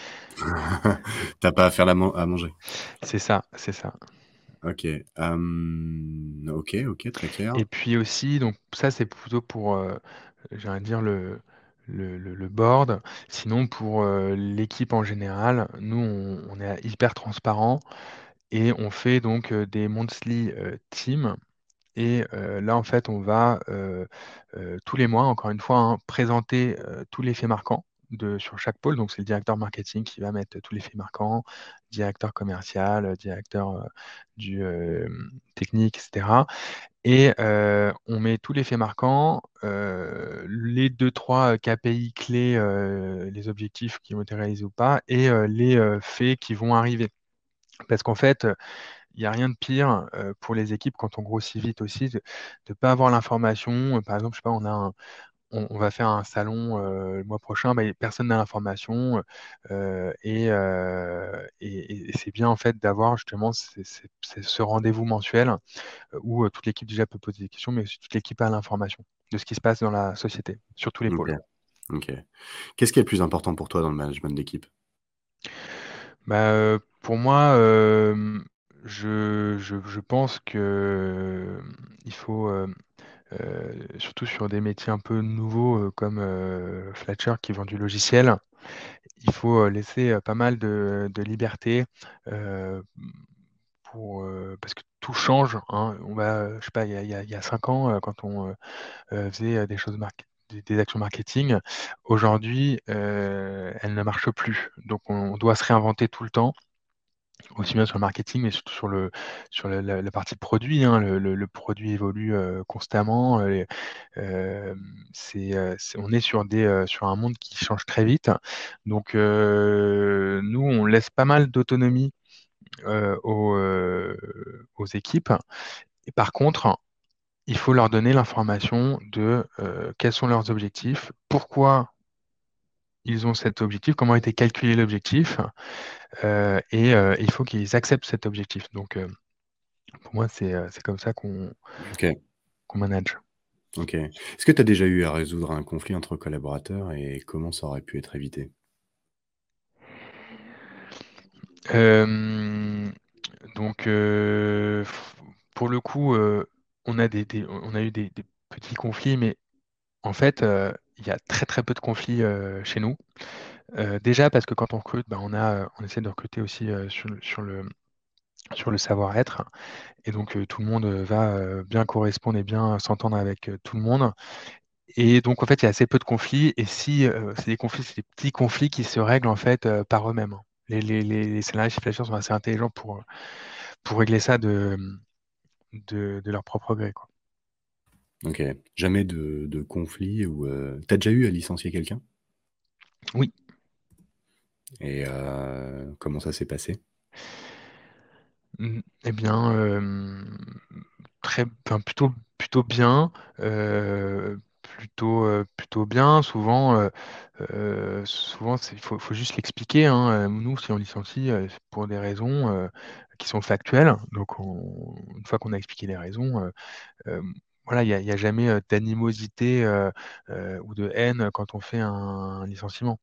T'as pas à faire la man- à manger. C'est ça, c'est ça. Ok. Hum, ok, ok, très clair. Et puis aussi, donc ça c'est plutôt pour, euh, j'allais dire le, le, le- le board. Sinon pour euh, l'équipe en général, nous on, on est hyper transparent et on fait donc euh, des monthly euh, teams. Et euh, là en fait on va euh, euh, tous les mois, encore une fois, hein, présenter euh, tous les faits marquants de, sur chaque pôle. Donc c'est le directeur marketing qui va mettre tous les faits marquants, directeur commercial, directeur euh, du euh, technique, et cetera. Et euh, on met tous les faits marquants, euh, les deux, trois K P I clés, euh, les objectifs qui ont été réalisés ou pas, et euh, les euh, faits qui vont arriver. Parce qu'en fait, il n'y a rien de pire euh, pour les équipes quand on grossit vite aussi, de ne pas avoir l'information. Par exemple, je sais pas, on a un, on, on va faire un salon euh, le mois prochain, bah, personne n'a l'information euh, et, euh, et- et c'est bien en fait d'avoir justement ces- ces- ces- ce rendez-vous mensuel euh, où euh, toute l'équipe déjà peut poser des questions, mais aussi toute l'équipe a l'information de ce qui se passe dans la société, sur tous les Ok, pôles. ok. Qu'est-ce qui est le plus important pour toi dans le management d'équipe? Bah, euh, pour moi, euh, je, je- je pense que euh, il faut, euh, euh, surtout sur des métiers un peu nouveaux euh, comme euh, Fletcher qui vend du logiciel, il faut euh, laisser euh, pas mal de, de liberté euh, pour, euh, parce que tout change, hein. On va, je sais pas, il y a, il y a- il y a cinq ans, euh, quand on euh, euh, faisait euh, des choses marque- des, des actions marketing, aujourd'hui, euh, elles ne marchent plus. Donc, on, on doit se réinventer tout le temps, aussi bien sur le marketing, mais surtout sur le sur la, la- la partie produit, hein. Le, le- le produit évolue euh, constamment. euh, euh, c'est, euh, c'est- on est sur des euh, sur un monde qui change très vite. Donc, euh, nous, on laisse pas mal d'autonomie euh, aux, euh, aux équipes. Et par contre, il faut leur donner l'information de euh, quels sont leurs objectifs, pourquoi ils ont cet objectif, comment a été calculé l'objectif, euh, et euh, il faut qu'ils acceptent cet objectif. Donc, euh, pour moi, c'est euh, c'est comme ça qu'on Ok, qu'on manage. ok. Est-ce que tu as déjà eu à résoudre un conflit entre collaborateurs et comment ça aurait pu être évité? Euh, donc, euh, pour le coup, euh, on a des, des- on a eu des, des petits conflits, mais en fait, euh, il y a très très peu de conflits euh, chez nous. Euh, déjà parce que quand on recrute, bah, on a, on essaie de recruter aussi euh, sur, le, sur le, sur le savoir-être. Et donc, euh, tout le monde euh, va euh, bien correspondre et bien s'entendre avec euh, tout le monde. Et donc, en fait, il y a assez peu de conflits. Et si euh, c'est des conflits, c'est des petits conflits qui se règlent en fait euh, par eux-mêmes. Les, les, les, les salariés chez Flasher sont assez intelligents pour, pour régler ça de, de, de leur propre gré, quoi. Ok. Jamais de, de conflit ou euh... t'as déjà eu à licencier quelqu'un? Oui. Et euh, comment ça s'est passé? Mm, Eh bien, euh, très, enfin, plutôt, plutôt bien. euh, plutôt, euh, plutôt bien. Souvent, euh, euh, souvent c'est- il faut, faut juste l'expliquer, hein. Euh, Nous, si on licencie, euh, c'est pour des raisons euh, qui sont factuelles. Donc, on- une fois qu'on a expliqué les raisons, euh, euh, voilà, il n'y a, il y a jamais euh, d'animosité euh, euh, ou de haine quand on fait un licenciement.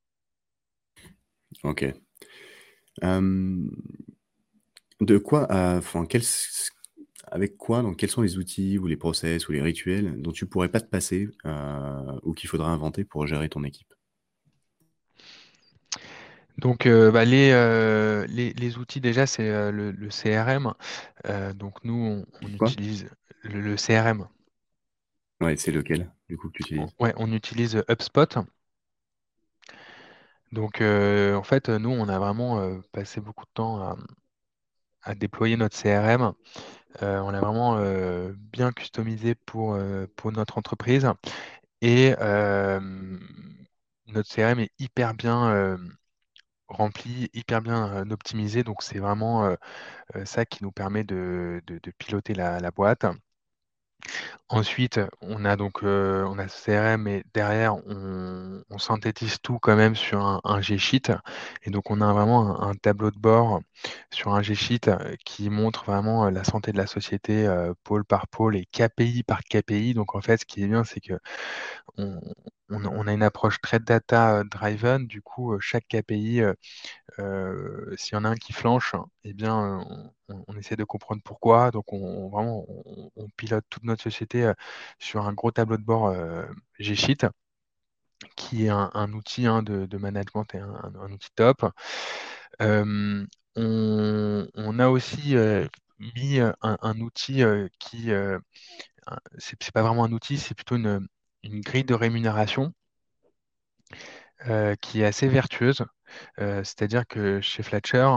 Ok. Euh, de quoi, euh, enfin, quel, avec quoi, donc quels sont les outils ou les process ou les rituels dont tu pourrais pas te passer euh, ou qu'il faudra inventer pour gérer ton équipe? Donc, euh, bah, les, euh, les, les outils, déjà, c'est euh, le, le C R M. Euh, donc, nous, on, on Quoi? utilise le, le C R M. Ouais, c'est lequel, du coup, que tu On- utilises? ouais, on utilise HubSpot. Donc, euh, en fait, nous, on a vraiment euh, passé beaucoup de temps à, à déployer notre C R M. Euh, on l'a vraiment euh, bien customisé pour, euh, pour notre entreprise. Et euh, notre C R M est hyper bien euh, rempli, hyper bien euh, optimisé. Donc, c'est vraiment euh, euh, ça qui nous permet de, de- de piloter la, la boîte. Ensuite, on a donc euh, on a ce C R M et derrière, on, on synthétise tout quand même sur un, un G-Sheet. Et donc, on a vraiment un, un tableau de bord sur un G-Sheet euh, qui montre vraiment euh, la santé de la société euh, pôle par pôle et K P I par K P I. Donc, en fait, ce qui est bien, c'est que on, on- on a une approche très data-driven. Du coup, euh, chaque K P I euh, euh, s'il y en a un qui flanche, eh bien, euh, on, on essaie de comprendre pourquoi. Donc, on, on- vraiment, on, on pilote toute notre société euh, sur un gros tableau de bord euh, G-Sheet, qui est un, un outil hein, de, de management et un, un- un outil top. Euh, on, on a aussi euh, mis un, un outil euh, qui, euh, un- c'est c'est pas vraiment un outil, c'est plutôt une, une grille de rémunération euh, qui est assez vertueuse. Euh, c'est-à-dire que chez Fletcher,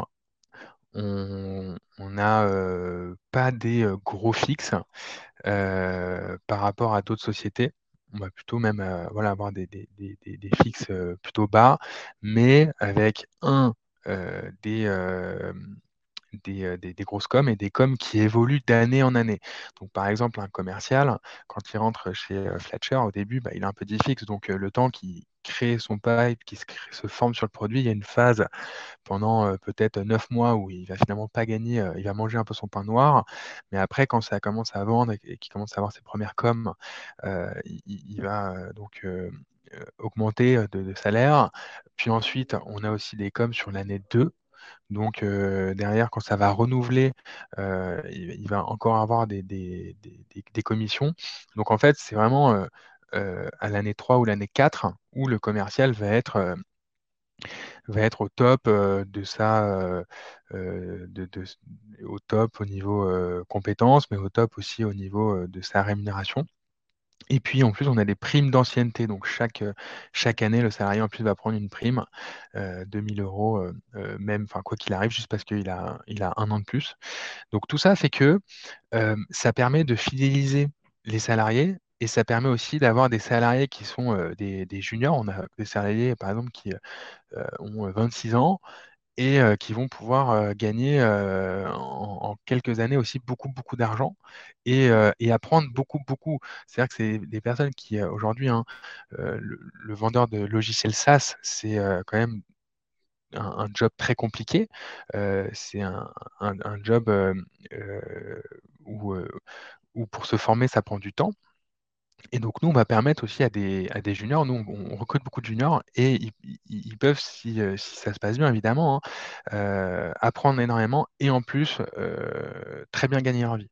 on on n'a euh, pas des euh, gros fixes euh, par rapport à d'autres sociétés. On va plutôt même euh, voilà, avoir des, des- des- des- des fixes euh, plutôt bas, mais avec un euh, des, euh, des, euh, des- des grosses coms et des coms qui évoluent d'année en année. Donc, par exemple, un commercial, quand il rentre chez euh, Fletcher, au début, bah, il a un petit fixe. Donc, euh, le temps qu'il crée son pipe, qu'il se, crée- se forme sur le produit, il y a une phase pendant euh, peut-être neuf mois où il va finalement pas gagner, euh, il va manger un peu son pain noir. Mais après, quand ça commence à vendre et, et qu'il commence à avoir ses premières coms, euh, il, il va euh, donc euh, euh, augmenter euh, de, de salaire. Puis ensuite, on a aussi des coms sur l'année deux. Donc euh, derrière, quand ça va renouveler, euh, il, il va encore avoir des, des- des- des- des commissions. Donc en fait, c'est vraiment euh, euh, à l'année trois ou l'année quatre où le commercial va être euh, va être au top euh, de sa euh, euh, de, de- au top au niveau euh, compétences, mais au top aussi au niveau euh, de sa rémunération. Et puis en plus, on a des primes d'ancienneté. Donc chaque, euh, chaque année, le salarié en plus va prendre une prime, euh, deux mille euros, euh, euh, même, enfin quoi qu'il arrive, juste parce qu'il a, il a un an de plus. Donc tout ça fait que euh, ça permet de fidéliser les salariés. Et ça permet aussi d'avoir des salariés qui sont euh, des, des juniors. On a des salariés, par exemple, qui euh, ont vingt-six ans et euh, qui vont pouvoir euh, gagner euh, en, en quelques années aussi beaucoup, beaucoup d'argent et, euh, et apprendre beaucoup, beaucoup. C'est-à-dire que c'est des personnes qui, euh, aujourd'hui, hein, euh, le, le vendeur de logiciels SaaS, c'est euh, quand même un, un job très compliqué. Euh, c'est un, un- un job euh, euh, où, euh, où pour se former, ça prend du temps. Et donc, nous, on va permettre aussi à des, à des juniors, nous, on, on recrute beaucoup de juniors et ils, ils- ils peuvent, si, euh, si ça se passe bien, évidemment, hein, euh, apprendre énormément et en plus, euh, très bien gagner leur vie.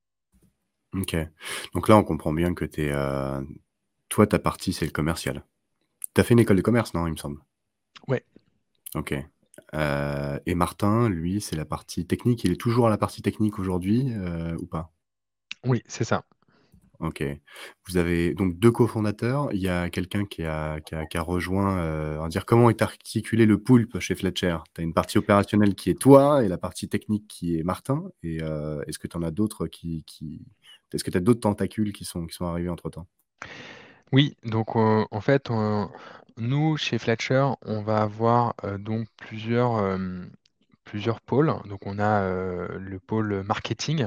OK. Donc là, on comprend bien que t'es, es, toi, ta partie, c'est le commercial. Tu as fait une école de commerce, non, il me semble? Ouais, OK. Heu et Martin, lui, c'est la partie technique. Il est toujours à la partie technique aujourd'hui, heu, ou pas? oui, c'est ça. OK. Vous avez donc deux cofondateurs. Il y a quelqu'un qui a qui a qui a rejoint, heu, on va dire, comment est articulé le poulpe chez Fletcher? Tu as une partie opérationnelle qui est toi et la partie technique qui est Martin et heu, est-ce que tu en as d'autres qui qui est-ce que tu as d'autres tentacules qui sont qui sont arrivés entre-temps? Oui, donc euh, en fait, on- nous, chez Fletcher, on va avoir euh, donc plusieurs, euh, plusieurs pôles. Donc, on a euh, le pôle marketing,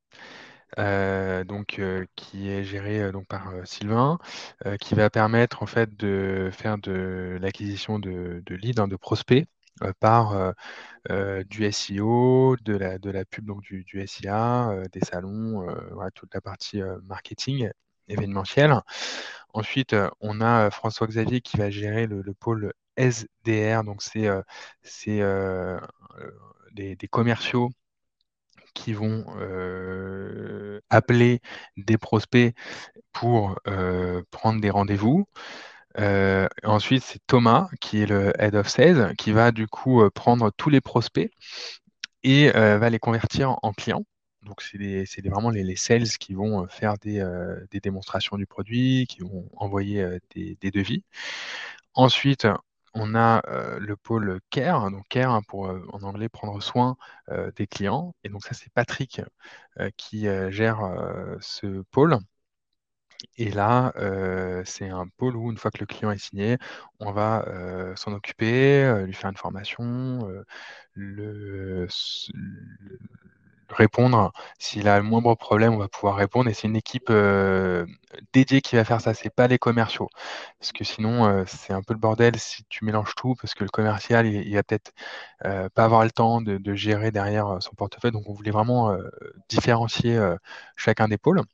euh, donc, euh, qui est géré euh, donc, par euh, Sylvain, euh, qui va permettre en fait de faire de l'acquisition de, de leads, hein, de prospects, euh, par euh, euh, du S E O, de la, de la pub, donc du, du S I A, euh, des salons, euh, voilà, toute la partie euh, marketing événementiel. Ensuite, euh, on a euh, François-Xavier qui va gérer le, le pôle S D R, donc c'est euh, c'est, euh, euh, des, des commerciaux qui vont euh, appeler des prospects pour euh, prendre des rendez-vous. Euh, ensuite, c'est Thomas, qui est le Head of Sales, qui va du coup euh, prendre tous les prospects et euh, va les convertir en clients. Donc, c'est les- c'est les- vraiment les, les sales qui vont euh, faire des, euh, des démonstrations du produit, qui vont envoyer euh, des, des devis. Ensuite, on a euh, le pôle care, donc care, hein, pour euh, en anglais prendre soin euh, des clients. Et donc ça, c'est Patrick euh, qui euh, gère euh, ce pôle. Et là, euh, c'est un pôle où, une fois que le client est signé, on va euh, s'en occuper, euh, lui faire une formation, euh, le, s- le- répondre. S'il a le moindre problème, on va pouvoir répondre. Et c'est une équipe euh, dédiée qui va faire ça. C'est pas les commerciaux, parce que sinon, euh, c'est un peu le bordel si tu mélanges tout, parce que le commercial, il, il va peut-être euh, pas avoir le temps de, de gérer derrière euh, son portefeuille. Donc, on voulait vraiment euh, différencier euh, chacun des pôles.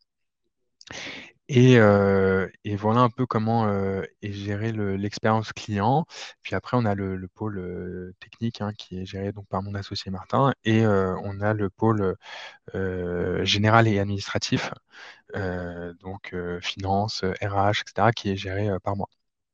Et, euh, et voilà un peu comment euh, est gérée le- l'expérience client. Puis après, on a le, le pôle euh, technique, hein, qui est géré donc par mon associé Martin. Et euh, on a le pôle euh, général et administratif, euh, donc euh, finance, R H, et cetera, qui est géré euh, par moi.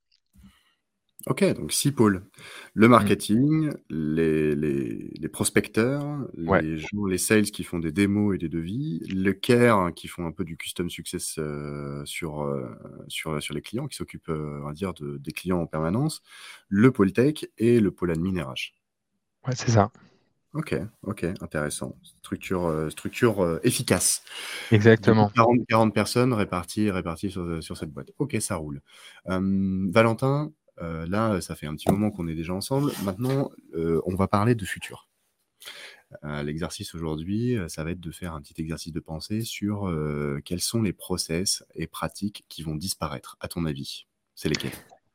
OK, donc six pôles. Le Mm. marketing, les les les prospecteurs, Ouais, les gens les sales qui font des démos et des devis, le care hein, qui font un peu du custom success, heu, sur, heu, sur, sur les clients, qui s'occupent, heu, on va dire de des clients en permanence, le pôle tech et le pôle admin R H. ouais, c'est ça. OK, OK, intéressant. Structure, heu, structure, heu, efficace de Exactement. quarante quarante personnes réparties réparties sur, sur cette boîte. OK, ça roule. Hem, Valentin, heu, là, ça fait un petit moment qu'on est déjà ensemble. Maintenant, heu, on va parler de futur. Heu, l'exercice aujourd'hui, heu, ça va être de faire un petit exercice de pensée sur, heu, quels sont les process et pratiques qui vont disparaître, à ton avis? C'est lesquels?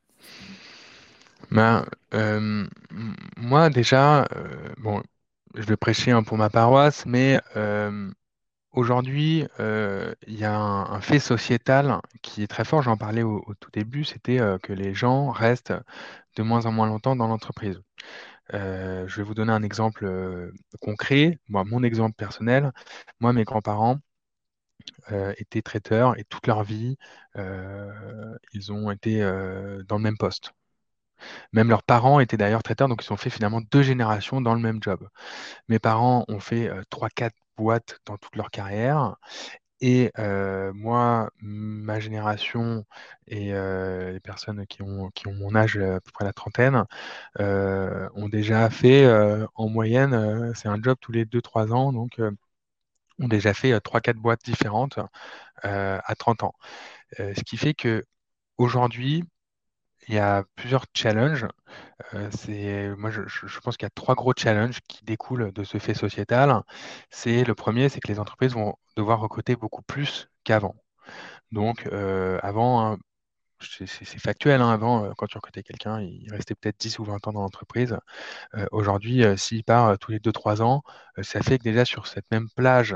Ben, euh, m- moi déjà, euh, bon, je vais prêcher un pour ma paroisse, mais euh, aujourd'hui, euh, il y a un, un fait sociétal qui est très fort. J'en parlais au, au tout début, c'était euh, que les gens restent de moins en moins longtemps dans l'entreprise. Euh, je vais vous donner un exemple euh, concret. Moi, mon exemple personnel, moi, mes grands-parents euh, étaient traiteurs et toute leur vie, euh, ils ont été euh, dans le même poste. Même leurs parents étaient d'ailleurs traiteurs, donc ils ont fait finalement deux générations dans le même job. Mes parents ont fait euh, trois, quatre boîtes dans toute leur carrière. Et euh, moi, ma génération et euh, les personnes qui ont, qui ont mon âge, à peu près la trentaine, euh, ont déjà fait euh, en moyenne, euh, c'est un job tous les deux trois ans, donc euh, ont déjà fait euh, trois, quatre boîtes différentes euh, à trente ans. Euh, ce qui fait que aujourd'hui, il y a plusieurs challenges. Euh, c'est, moi, je, je- je pense qu'il y a trois gros challenges qui découlent de ce fait sociétal. C'est le premier, c'est que les entreprises vont devoir recruter beaucoup plus qu'avant. Donc, euh, avant, hein, c'est c'est- c'est factuel, hein, avant, euh, quand tu recrutais quelqu'un, il restait peut-être dix ou vingt ans dans l'entreprise. Euh, aujourd'hui, euh, s'il part euh, tous les deux trois ans, euh, ça fait que déjà sur cette même plage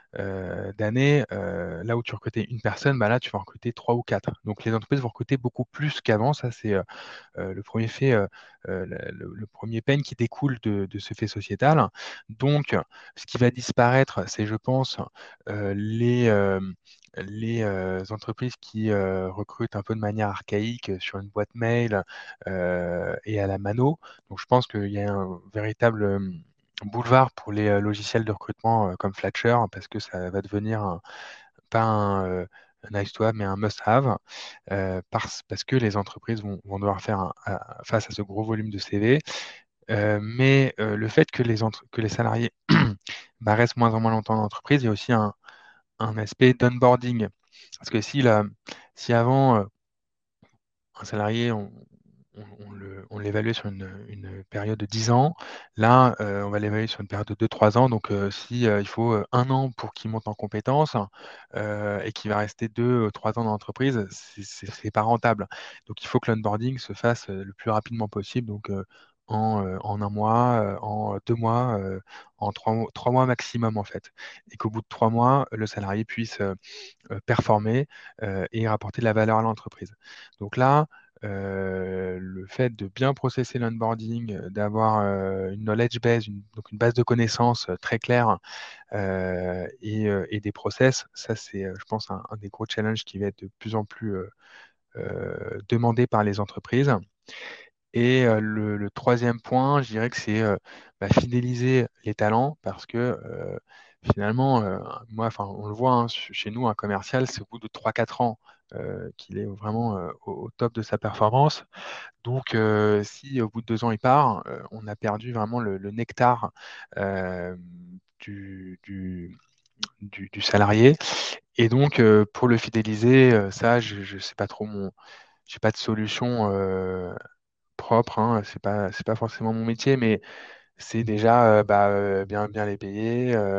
euh, d'années, euh, là où tu recrutais une personne, bah là, tu vas recruter trois ou quatre. Donc, les entreprises vont recruter beaucoup plus qu'avant. Ça, c'est euh, euh, le premier fait, euh, euh, le, le- le premier pain qui découle de, de ce fait sociétal. Donc, ce qui va disparaître, c'est, je pense, euh, les, euh, les euh, entreprises qui euh, recrutent un peu de manière archaïque sur une boîte mail euh, et à la mano. Donc, je pense qu'il y a un véritable euh, boulevard pour les euh, logiciels de recrutement euh, comme Flatcher, parce que ça va devenir un- pas un euh, nice to have, mais un must have, euh, parce, parce que les entreprises vont, vont devoir faire un- à- face à ce gros volume de C V. Euh, mais euh, le fait que les, entre- que les salariés bah, restent moins en moins longtemps dans l'entreprise, il y a aussi un, un aspect d'onboarding. Parce que si, la, si avant, euh, un salarié, on, on, on le- on l'évalue sur une, une période de dix ans. Là, euh, on va l'évaluer sur une période de deux trois ans. Donc, euh, si euh, il faut euh, un an pour qu'il monte en compétences euh, et qu'il va rester deux trois ans dans l'entreprise, c'est c'est- c'est pas rentable. Donc, il faut que l'onboarding se fasse euh, le plus rapidement possible. Donc, euh, en, euh, en un mois, euh, en deux mois, euh, en trois, mois- trois mois maximum, en fait. Et qu'au bout de trois mois, le salarié puisse euh, euh, performer euh, et rapporter de la valeur à l'entreprise. Donc là, euh, le fait de bien processer l'onboarding, euh, d'avoir euh, une knowledge base, une, donc une base de connaissances euh, très claire euh, et, euh, et des process, ça c'est, euh, je pense, un, un des gros challenges qui va être de plus en plus euh, euh, demandé par les entreprises. Et euh, le, le troisième point, je dirais que c'est euh, bah, fidéliser les talents parce que euh, finalement, euh, moi, enfin, on le voit hein, ch- chez nous, un commercial, c'est au bout de trois quatre ans euh, qu'il est vraiment euh, au, au top de sa performance. Donc, euh, si au bout de deux ans il part, euh, on a perdu vraiment le, le nectar euh, du, du, du- du salarié. Et donc, euh, pour le fidéliser, euh, ça, je ne sais pas trop mon, j'ai pas de solution. Euh, propre, hein, c'est pas, c'est pas forcément mon métier, mais c'est déjà euh, bah, euh, bien, bien les payer, euh,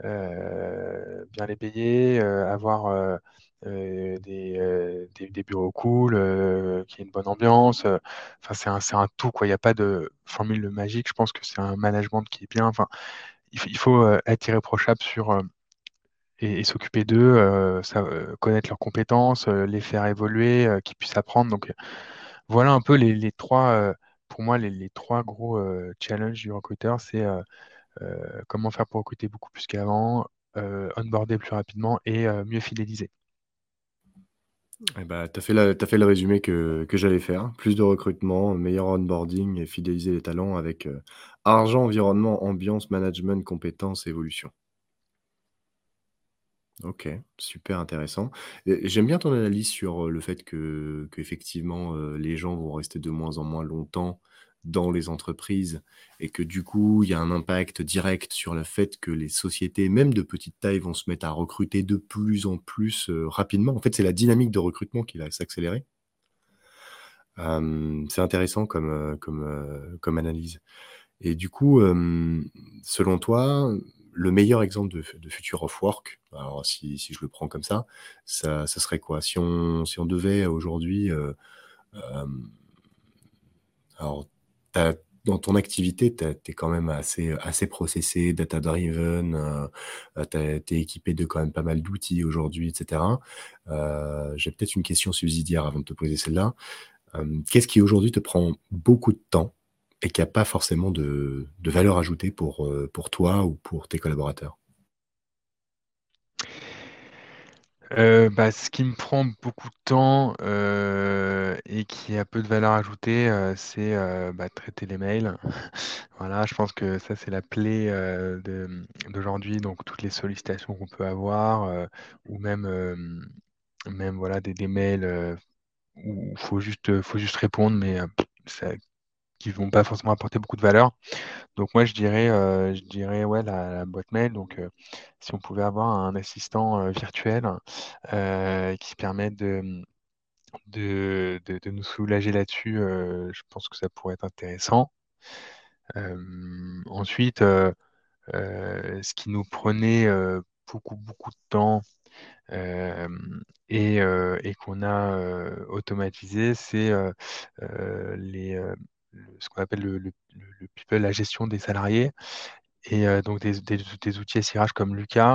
euh, bien les payer, euh, avoir euh, euh, des, euh, des, des bureaux cool, euh, qu'il y ait une bonne ambiance. euh, Enfin, c'est un, c'est un tout, quoi. Il n'y a pas de formule magique. Je pense que c'est un management qui est bien. Enfin, il, f- il faut euh, être irréprochable sur euh, et, et s'occuper d'eux, euh, ça- euh, connaître leurs compétences, euh, les faire évoluer, euh, qu'ils puissent apprendre. Donc, voilà un peu les, les trois, euh, pour moi, les, les trois gros euh, challenges du recruteur, c'est euh, euh, comment faire pour recruter beaucoup plus qu'avant, euh, onboarder plus rapidement et euh, mieux fidéliser. Eh bah, tu fait la tu fait le résumé que que j'allais faire. Plus de recrutement, meilleur onboarding et fidéliser les talents avec, heu, argent, environnement, ambiance, management, compétences, évolution. OK, super intéressant et j'aime bien ton analyse sur, heu, le fait que qu'effectivement, heu, les gens vont rester de moins en moins longtemps dans les entreprises et que du coup, il y a un impact direct sur le fait que les sociétés, même de petite taille, vont se mettre à recruter de plus en plus, heu, rapidement. En fait, c'est la dynamique de recrutement qui va s'accélérer. Hem, c'est intéressant comme, heu, comme, heu, comme analyse et du coup, hem, selon toi, le meilleur exemple de de Future of Work, alors si si je le prends comme ça, ça ça serait quoi? Si on si on devait aujourd'hui, heu, hem, alors tu dans ton activité, tu es quand même assez, assez processé, data driven, heu heu, tu es équipé de quand même pas mal d'outils aujourd'hui et cetera. Heu, j'ai peut-être une question subsidiaire avant de te poser celle-là. Hem, qu'est-ce qui aujourd'hui te prend beaucoup de temps et qui a pas forcément de de valeur ajoutée pour, heu, pour toi ou pour tes collaborateurs? Euh, bah, ce qui me prend beaucoup de temps euh, et qui a peu de valeur ajoutée, euh, c'est euh, bah, traiter les mails. Voilà, je pense que ça, c'est la plaie euh, de- d'aujourd'hui. Donc, toutes les sollicitations qu'on peut avoir, euh, ou même, euh, même voilà, des, des mails euh, où il faut juste, faut juste répondre, mais euh, ça, qui vont pas forcément apporter beaucoup de valeur. Donc moi, je dirais, euh, je dirais ouais, la, la boîte mail. Donc euh, si on pouvait avoir un assistant euh, virtuel euh, qui permet de, de, de, de nous soulager là-dessus, euh, je pense que ça pourrait être intéressant. Euh, ensuite, euh, euh, ce qui nous prenait euh, beaucoup, beaucoup de temps euh, et, euh, et qu'on a euh, automatisé, c'est euh, euh, les, euh, le- ce qu'on appelle le, le- le- le people, la gestion des salariés. Et euh, donc des, des- des outils S I R H comme Lucas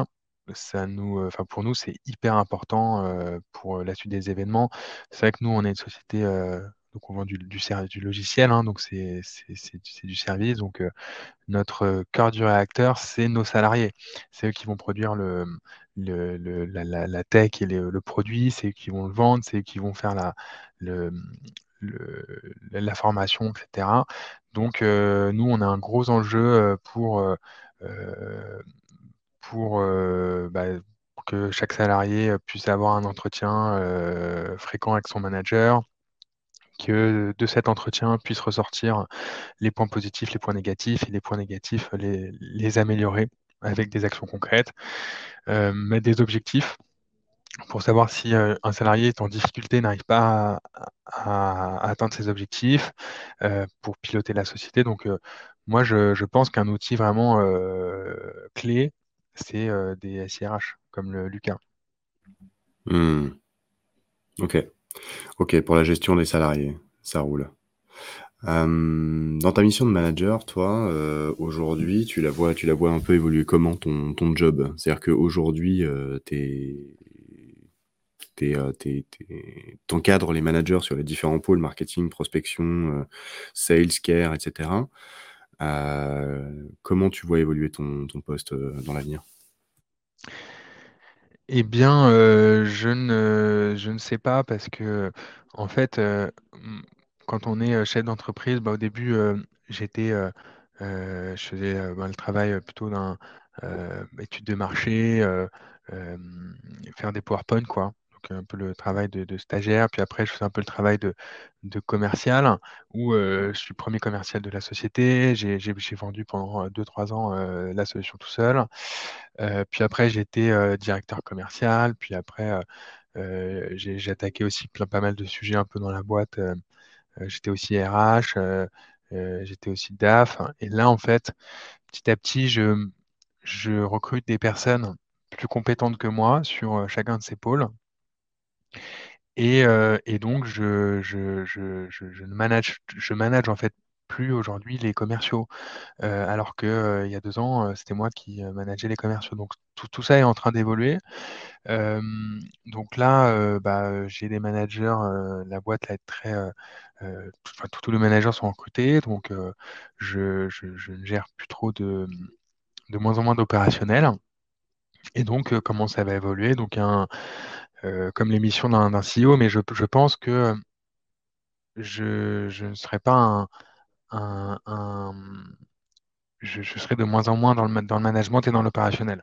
ça nous, enfin pour nous, c'est hyper important euh, pour la suite des événements. C'est vrai que nous, on est une société, euh, donc on vend du, du, ser- du logiciel, hein, donc c'est c'est- c'est du c'est du service. Donc euh, notre euh, cœur du réacteur, c'est nos salariés. C'est eux qui vont produire le, le, le- la, la- la tech et le, le produit, c'est eux qui vont le vendre, c'est eux qui vont faire la, le, le- la formation, et cetera. Donc euh, nous, on a un gros enjeu euh, pour euh, euh, pour euh, bah, que chaque salarié euh, puisse avoir un entretien euh, fréquent avec son manager, que de cet entretien puisse ressortir les points positifs, les points négatifs, et les points négatifs, les, les améliorer avec des actions concrètes, euh, mettre des objectifs pour savoir si euh, un salarié est en difficulté, n'arrive pas à, à- à atteindre ses objectifs, euh, pour piloter la société. Donc, euh, moi, je, je pense qu'un outil vraiment euh, clé, c'est euh, des S I R H, comme le Lucas. Hmm. Ok, ok, pour la gestion des salariés, ça roule. Euh, dans ta mission de manager, toi, euh, aujourd'hui, tu la vois, tu la vois un peu évoluer comment ton, ton job? C'est-à-dire qu'aujourd'hui, euh, t'es, t'es, euh, t'es, t'es- t'encadres les managers sur les différents pôles, marketing, prospection, euh, sales, care, et cetera. Euh, comment tu vois évoluer ton, ton poste euh, dans l'avenir? Eh bien, euh, je ne, je ne sais pas parce que, en fait, euh, m- quand on est euh, chef d'entreprise, bah, au début, euh, j'étais, euh, euh, je faisais euh, bah, le travail euh, plutôt d'un euh, étude de marché, euh, euh, faire des PowerPoint, quoi. Donc, un peu le travail de, de stagiaire. Puis après, je faisais un peu le travail de, de commercial, où euh, je suis premier commercial de la société. J'ai, j'ai, j'ai vendu pendant euh, deux, trois ans euh, la solution tout seul. Euh, puis après, j'ai été euh, directeur commercial. Puis après, euh, euh, j'ai j'ai attaqué aussi plein, pas mal de sujets un peu dans la boîte. Euh, euh, j'étais aussi R H, euh, euh, j'étais aussi D A F. Et là, en fait, petit à petit, je, je recrute des personnes plus compétentes que moi sur euh, chacun de ces pôles. Et, euh, et donc, je, je, je, je, je ne manage, je manage en fait plus aujourd'hui les commerciaux. Euh, alors que euh, il y a deux ans, euh, c'était moi qui euh, manageais les commerciaux. Donc tout, tout ça est en train d'évoluer. Euh, donc là, euh, bah, euh, j'ai des managers, euh, la boîte là est très, euh, euh, tout- enfin, tous tous les managers sont recrutés, donc euh, je, je- je ne gère plus trop de, de moins en moins d'opérationnels. Et donc, euh, comment ça va évoluer? Donc, un, euh, comme les missions d'un d'un C E O, mais je, je pense que euh, je, je ne serai pas un, un- un- je, je serai de moins en moins dans le, ma- dans le management et dans l'opérationnel.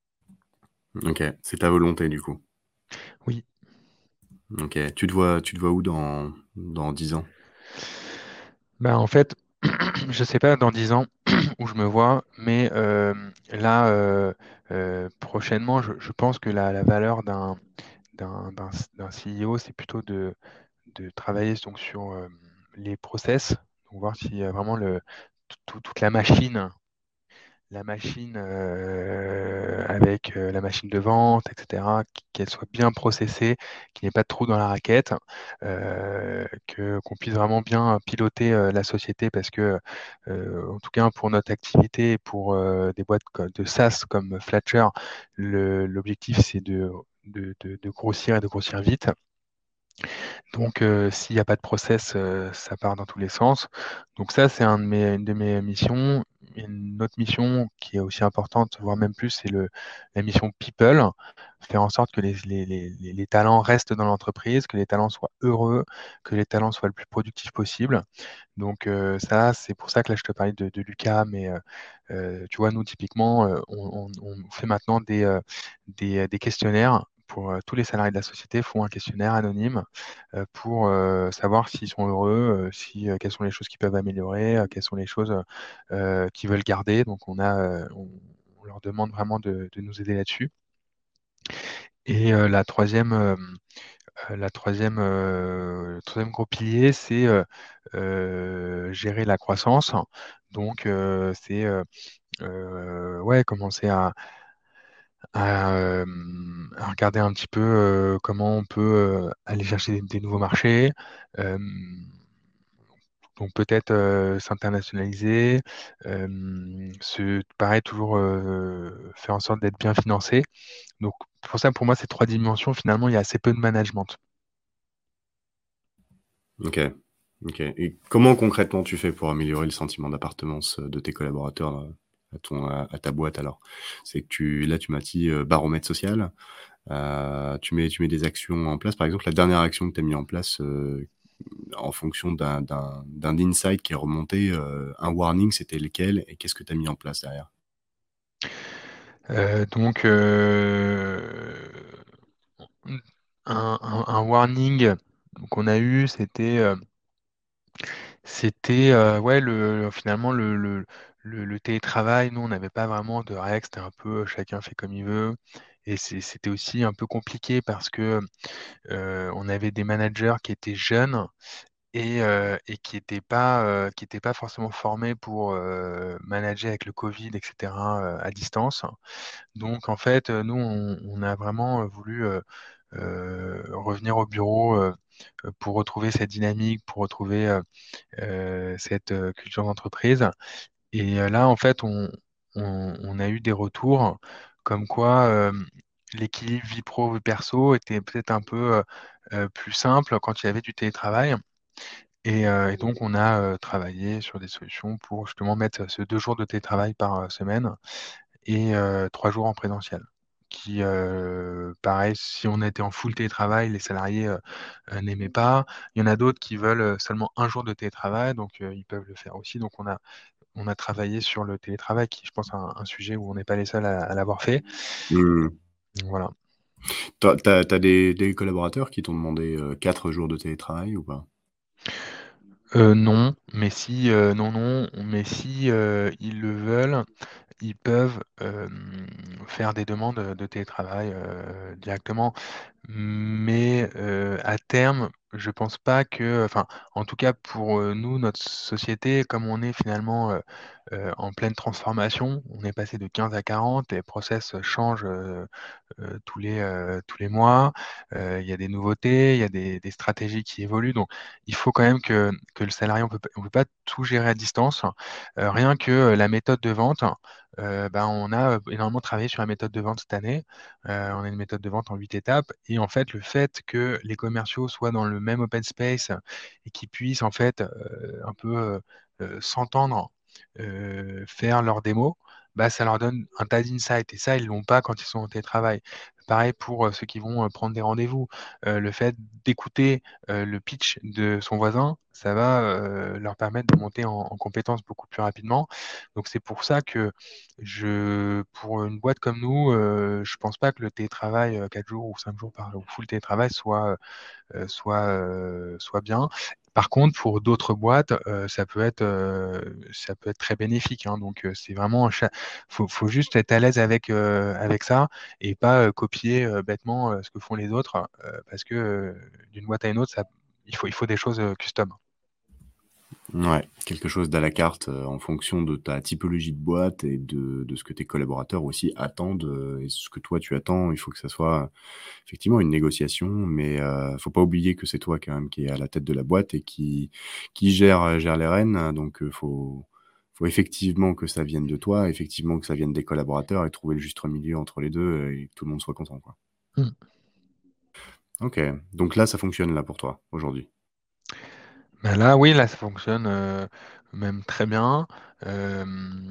Ok, c'est ta volonté du coup. Oui. Ok, tu te vois, tu te vois où dans, dans dix ans? Ben, en fait, je sais pas dans dix ans où je me vois, mais euh, là, euh, euh, prochainement, je, je pense que la, la valeur d'un d'un d'un- d'un C E O, c'est plutôt de, de travailler donc, sur euh, les process, donc voir si euh, vraiment le, tout- toute la machine la machine euh, avec euh, la machine de vente, et cetera, qu- qu'elle soit bien processée, qu'il n'y ait pas de trou dans la raquette, euh, que qu'on puisse vraiment bien piloter euh, la société parce que, euh, en tout cas pour notre activité, et pour euh, des boîtes co- de SaaS comme Flatcher, le- l'objectif c'est de, de, de- de grossir et de grossir vite. Donc, euh, s'il n'y a pas de process, euh, ça part dans tous les sens. Donc ça, c'est un de mes, une de mes missions. Une autre mission qui est aussi importante, voire même plus, c'est le, la mission People. Faire en sorte que les, les, les, les- les talents restent dans l'entreprise, que les talents soient heureux, que les talents soient le plus productifs possible. Donc euh, ça, c'est pour ça que là, je te parlais de, de Lucas, mais euh, euh, tu vois, nous, typiquement, euh, on, on- on fait maintenant des, euh, des, des questionnaires pour euh, tous les salariés de la société, font un questionnaire anonyme euh, pour euh, savoir s'ils sont heureux, euh, si, euh, quelles sont les choses qu'ils peuvent améliorer, euh, quelles sont les choses euh, qu'ils veulent garder. Donc on a, euh, on, on leur demande vraiment de, de nous aider là-dessus. Et euh, la troisième, euh, euh, la troisième, euh, le troisième gros pilier, c'est euh, euh, gérer la croissance. Donc euh, c'est euh, euh, ouais, commencer à, à, euh, à regarder un petit peu euh, comment on peut euh, aller chercher des, des nouveaux marchés, euh, Donc peut-être euh, s'internationaliser, euh, se, pareil, toujours euh, faire en sorte d'être bien financé. Donc pour ça, pour moi, ces trois dimensions, finalement, il y a assez peu de management. Ok. Ok. Et comment concrètement tu fais pour améliorer le sentiment d'appartenance de tes collaborateurs euh, à, ton, à, à ta boîte alors? C'est que tu, là, tu m'as dit euh, baromètre social. Euh, tu mets, tu mets des actions en place. Par exemple, la dernière action que tu as mis en place euh, en fonction d'un, d'un, d'un insight qui est remonté, euh, un warning, c'était lequel et qu'est-ce que tu as mis en place derrière? Euh, donc euh, un, un- un warning qu'on a eu, c'était euh, c'était euh, ouais le finalement le, le, le- le télétravail. Nous, on n'avait pas vraiment de règles, c'était un peu chacun fait comme il veut. Et c'est- c'était aussi un peu compliqué parce que euh, on avait des managers qui étaient jeunes et, euh, et qui n'étaient pas, euh, qui étaient pas forcément formés pour euh, manager avec le Covid, et cetera, euh, à distance. Donc, en fait, euh, nous, on, on a vraiment euh, voulu euh, euh, revenir au bureau euh, euh, pour retrouver cette dynamique, pour retrouver euh, euh, cette euh, culture d'entreprise. Et euh, là, en fait, on, on- on a eu des retours comme quoi euh, l'équilibre vie pro, vie perso était peut-être un peu euh, euh, plus simple quand il y avait du télétravail. Et, euh, et donc, on a euh, travaillé sur des solutions pour justement mettre ce deux jours de télétravail par euh, semaine et euh, trois jours en présentiel. Qui, euh, pareil, si on était en full télétravail, les salariés euh, euh, n'aimaient pas. Il y en a d'autres qui veulent euh, seulement un jour de télétravail, donc euh, ils peuvent le faire aussi. Donc, on a, on a travaillé sur le télétravail, qui, je pense, est un, un sujet où on n'est pas les seuls à, à l'avoir fait. Hmm. Voilà. T'as, t'as, t'as des, des collaborateurs qui t'ont demandé euh, quatre jours de télétravail ou pas? Euh, non, mais si, euh, non, non, mais si euh, ils le veulent, ils peuvent euh, faire des demandes de télétravail euh, directement. Mais euh, à terme, je pense pas que, enfin, en tout cas pour euh, nous, notre société, comme on est finalement euh, euh, en pleine transformation, on est passé de quinze à quarante, et les process changent euh, euh, tous les, euh, tous les mois. Euh, Il y a des nouveautés, il y a des, des stratégies qui évoluent. Donc, il faut quand même que, que le salarié, on peut, pas- on peut pas tout gérer à distance. Euh, rien que euh, la méthode de vente, euh, ben, on a euh, énormément travaillé sur la méthode de vente cette année. Euh, on a une méthode de vente en huit étapes. Et en fait, le fait que les commerciaux soient dans le même open space et qu'ils puissent en fait euh, un peu euh, euh, s'entendre, euh, faire leurs démos, bah, ça leur donne un tas d'insights. Et ça, ils l'ont pas quand ils sont en télétravail. Pareil pour euh, ceux qui vont euh, prendre des rendez-vous. Euh, le fait d'écouter euh, le pitch de son voisin, ça va euh, leur permettre de monter en, en compétences beaucoup plus rapidement. Donc c'est pour ça que je, pour une boîte comme nous, euh, je pense pas que le télétravail euh, quatre jours ou cinq jours par ou full télétravail soit euh, soit euh, soit bien. Par contre, pour d'autres boîtes, euh, ça peut être euh, ça peut être très bénéfique, hein. Donc euh, c'est vraiment un cha- faut, faut juste être à l'aise avec euh, avec ça et pas euh, copier euh, bêtement euh, ce que font les autres euh, parce que euh, d'une boîte à une autre, ça il faut il faut des choses euh, custom. Ouais, quelque chose d'à la carte, heu, en fonction de ta typologie de boîte et de de ce que tes collaborateurs aussi attendent, heu, et ce que toi tu attends. Il faut que ça soit effectivement une négociation, mais heu, faut pas oublier que c'est toi quand même qui est à la tête de la boîte et qui qui gère, heu, gère les rênes. Donc heu, faut faut effectivement que ça vienne de toi, effectivement que ça vienne des collaborateurs et trouver le juste milieu entre les deux heu, et que tout le monde soit content, quoi. Mm. OK, donc là, ça fonctionne là pour toi, aujourd'hui? Ben là, oui, là, ça fonctionne euh, même très bien. Euh,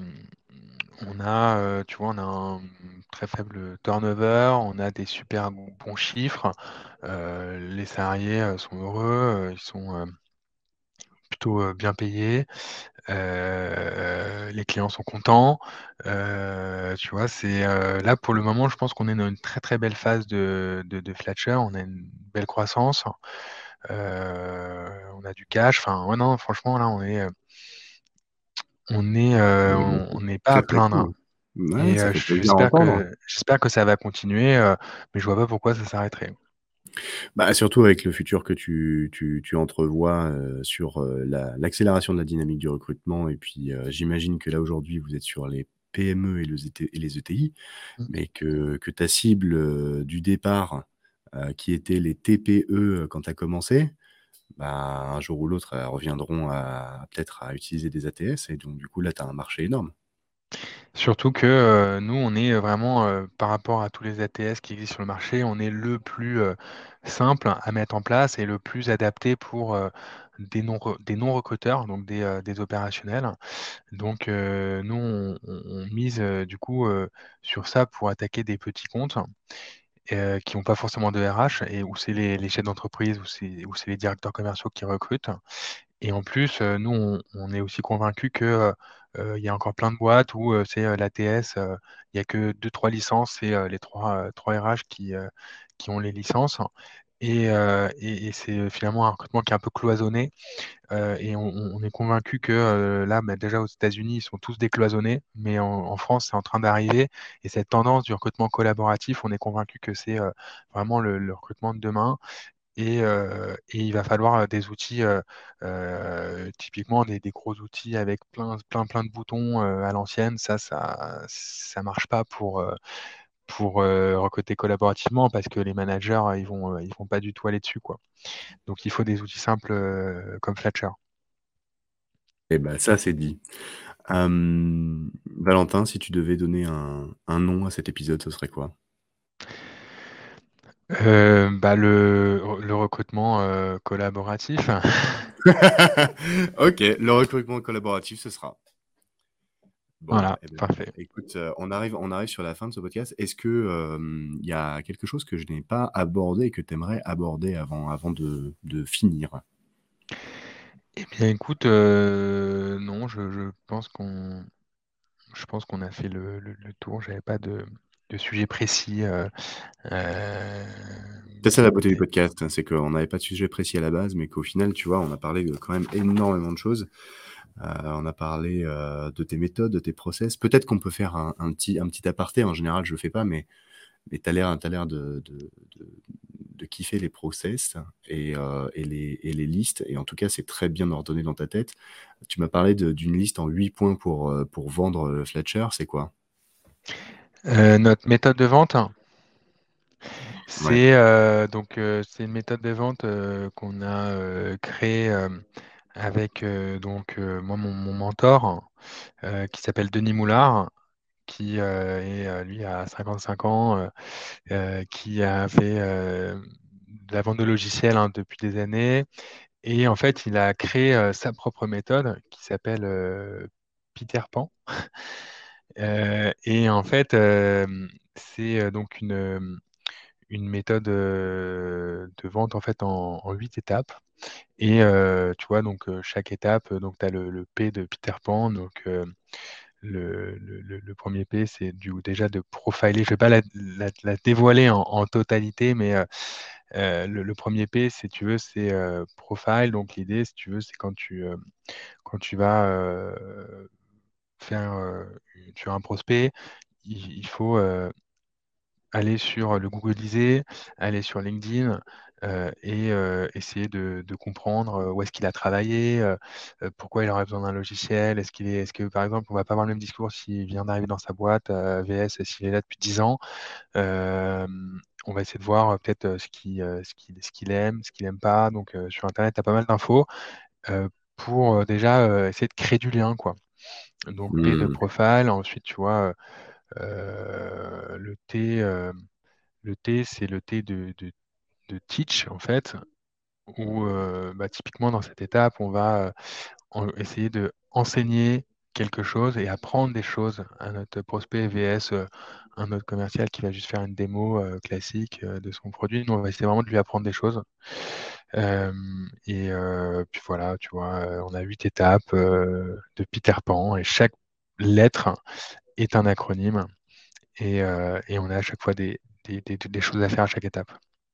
on a, euh, tu vois, on a un très faible turnover, on a des super bons chiffres. Euh, les salariés euh, sont heureux, euh, ils sont euh, plutôt euh, bien payés. Euh, les clients sont contents. Euh, tu vois, c'est euh, là pour le moment, je pense qu'on est dans une très très belle phase de, de, de Fletcher. On a une belle croissance. Euh, on a du cash. Enfin, ouais, non, franchement, là, on est, euh, on est, Ah euh, bah, on c'est on n'est pas très, à très plaindre. cool. Ouais, Et ça euh, fait plaisir à j'espère entendre. que, j'espère que ça va continuer, euh, mais je vois pas pourquoi ça s'arrêterait. Bah, surtout avec le futur que tu tu tu entrevois, heu, sur, heu, la l'accélération de la dynamique du recrutement et puis, heu, j'imagine que là, aujourd'hui, vous êtes sur les P M E et le Z T et les E T I, Mm. mais que que ta cible, heu, du départ, heu, qui était les T P E, heu, quand tu as commencé, bah, un jour ou l'autre, elles reviendront à peut-être à utiliser des A T S et donc du coup là, tu as un marché énorme. Surtout que euh, nous, on est vraiment, euh, par rapport à tous les A T S qui existent sur le marché, on est le plus euh, simple à mettre en place et le plus adapté pour euh, des non des non-recruteurs, donc des, euh, des opérationnels. Donc, euh, nous, on, on- on mise euh, du coup euh, sur ça pour attaquer des petits comptes euh, qui n'ont pas forcément de R H et où c'est les, les chefs d'entreprise, où c'est où c'est les directeurs commerciaux qui recrutent. Et en plus, euh, nous, on, on est aussi convaincus que euh, euh, il y a encore plein de boîtes où euh, c'est euh, l'A T S, euh, il n'y a que deux, trois licences, c'est euh, les trois, euh, trois R H qui, euh, qui ont les licences. Et, euh, et, et c'est finalement un recrutement qui est un peu cloisonné. Euh, et on, on est convaincu que euh, là, bah, déjà aux États-Unis, ils sont tous décloisonnés, mais en, en France, c'est en train d'arriver. Et cette tendance du recrutement collaboratif, on est convaincu que c'est euh, vraiment le, le recrutement de demain. Et, euh, et il va falloir euh, des outils, euh, euh, typiquement des, des gros outils avec plein, plein, plein de boutons euh, à l'ancienne. Ça, ça, ça marche pas pour, euh, pour euh, recruter collaborativement parce que les managers, ils vont, euh, ils vont pas du tout aller dessus, quoi. Donc, il faut des outils simples euh, comme Fletcher. Et bah ça, c'est dit. Hem, Valentin, si tu devais donner un un nom à cet épisode, ce serait quoi? Euh, bah, le, le recrutement euh, collaboratif. OK, le recrutement collaboratif, ce sera. Bon, Voilà, eh ben, parfait. écoute, heu, on arrive on arrive sur la fin de ce podcast. Est-ce que, hem, il y a quelque chose que je n'ai pas abordé et que tu aimerais aborder avant avant de de finir? Eh bien, écoute, euh, non, je, je pense qu'on je pense qu'on a fait le, le- le tour. J'avais pas de, de sujet précis. euh, euh, C'est ça la beauté du mais- podcast, hein, c'est qu'on n'avait pas de sujet précis à la base, mais qu'au final, tu vois, on a parlé de quand même énormément de choses. Heu, on a parlé, heu, de tes méthodes, de tes process. Peut-être qu'on peut faire un un petit un petit aparté. En général, je le fais pas, mais mais tu as l'air tu l'air de de de de kiffer les process et heu et les et les listes et en tout cas, c'est très bien ordonné dans ta tête. Tu m'as parlé de d'une liste en huit points pour, heu, pour vendre, heu, Fletcher, c'est quoi? Euh, notre méthode de vente, Ouais. c'est euh, donc euh, c'est une méthode de vente euh, qu'on a euh, créée euh, avec euh, donc euh, moi mon, mon mentor euh, qui s'appelle Denis Moulard, qui euh, est euh, lui à cinquante-cinq ans, euh, euh, qui a fait euh, de la vente de logiciels hein, depuis des années. Et en fait, il a créé euh, sa propre méthode qui s'appelle euh, Peter Pan. Euh, et en fait, euh, c'est euh, donc une, une méthode euh, de vente en fait en, en huit étapes. Et euh, tu vois, donc euh, chaque étape, euh, donc tu as le, le P de Peter Pan. Donc euh, le, le- le- le premier P, c'est du déjà de profiler. Je vais pas la, la- la dévoiler en, en totalité, mais euh, euh, le, le premier P, si tu veux, c'est euh, profile. Donc l'idée, si tu veux, c'est quand tu euh, quand tu vas euh, faire euh, sur un prospect, il, il faut euh, aller sur le Googleiser, aller sur LinkedIn euh, et euh, essayer de, de comprendre euh, où est-ce qu'il a travaillé, euh, euh, pourquoi il aurait besoin d'un logiciel, est-ce qu'il est, est-ce que par exemple on va pas avoir le même discours s'il vient d'arriver dans sa boîte, euh, V S s'il est là depuis dix ans. Euh, on va essayer de voir euh, peut-être euh, ce qu'il euh, ce qu'il ce qu'il aime, ce qu'il aime pas. Donc euh, sur Internet, tu as pas mal d'infos euh, pour euh, déjà euh, essayer de créer du lien, quoi. Donc P de Mmh. profile, ensuite tu vois euh, le T. euh, le T, c'est le T de, de, de teach, en fait, où euh, bah, typiquement dans cette étape, on va euh, en- essayer de enseigner quelque chose et apprendre des choses à notre prospect V S, euh, un autre commercial qui va juste faire une démo euh, classique euh, de son produit. Nous, on va essayer vraiment de lui apprendre des choses. Euh, et euh, puis voilà, tu vois, euh, on a huit étapes euh, de Peter Pan et chaque lettre est un acronyme et, euh, et on a à chaque fois des, des, des- des choses à faire à chaque étape.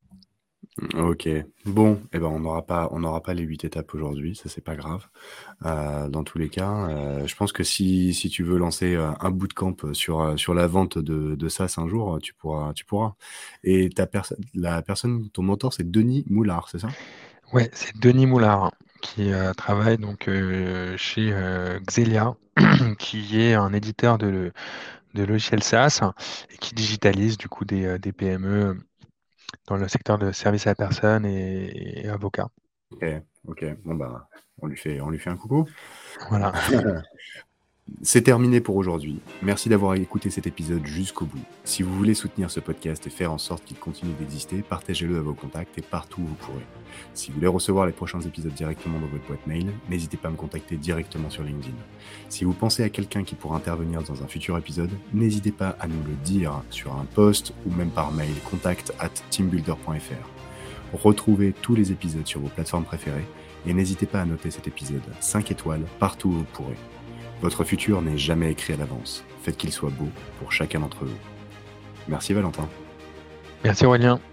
OK. Bon, eh ben, on n'aura pas on n'aura pas les huit étapes aujourd'hui, ça, c'est pas grave. Heu, dans tous les cas, heu, je pense que si si tu veux lancer, heu, un bootcamp sur, heu, sur la vente de de SaaS un jour, tu pourras tu pourras. Et ta perso la personne ton mentor, c'est Denis Moulard, c'est ça? Ouais, c'est Denis Moulard qui euh, travaille donc euh, chez euh, Xelia, qui est un éditeur de, de logiciels SaaS et qui digitalise du coup des, euh, des P M E dans le secteur de service à la personne et, et avocat. Ok, ok. Bon bah, on lui fait, on lui fait un coucou. Voilà. C'est terminé pour aujourd'hui. Merci d'avoir écouté cet épisode jusqu'au bout. Si vous voulez soutenir ce podcast et faire en sorte qu'il continue d'exister, partagez-le à vos contacts et partout où vous pourrez. Si vous voulez recevoir les prochains épisodes directement dans votre boîte mail, n'hésitez pas à me contacter directement sur LinkedIn. Si vous pensez à quelqu'un qui pourra intervenir dans un futur épisode, n'hésitez pas à nous le dire sur un post ou même par mail contact at teambuilder point f r. Retrouvez tous les épisodes sur vos plateformes préférées et n'hésitez pas à noter cet épisode cinq étoiles partout où vous pourrez. Votre futur n'est jamais écrit à l'avance. Faites qu'il soit beau pour chacun d'entre vous. Merci Valentin. Merci Aurélien.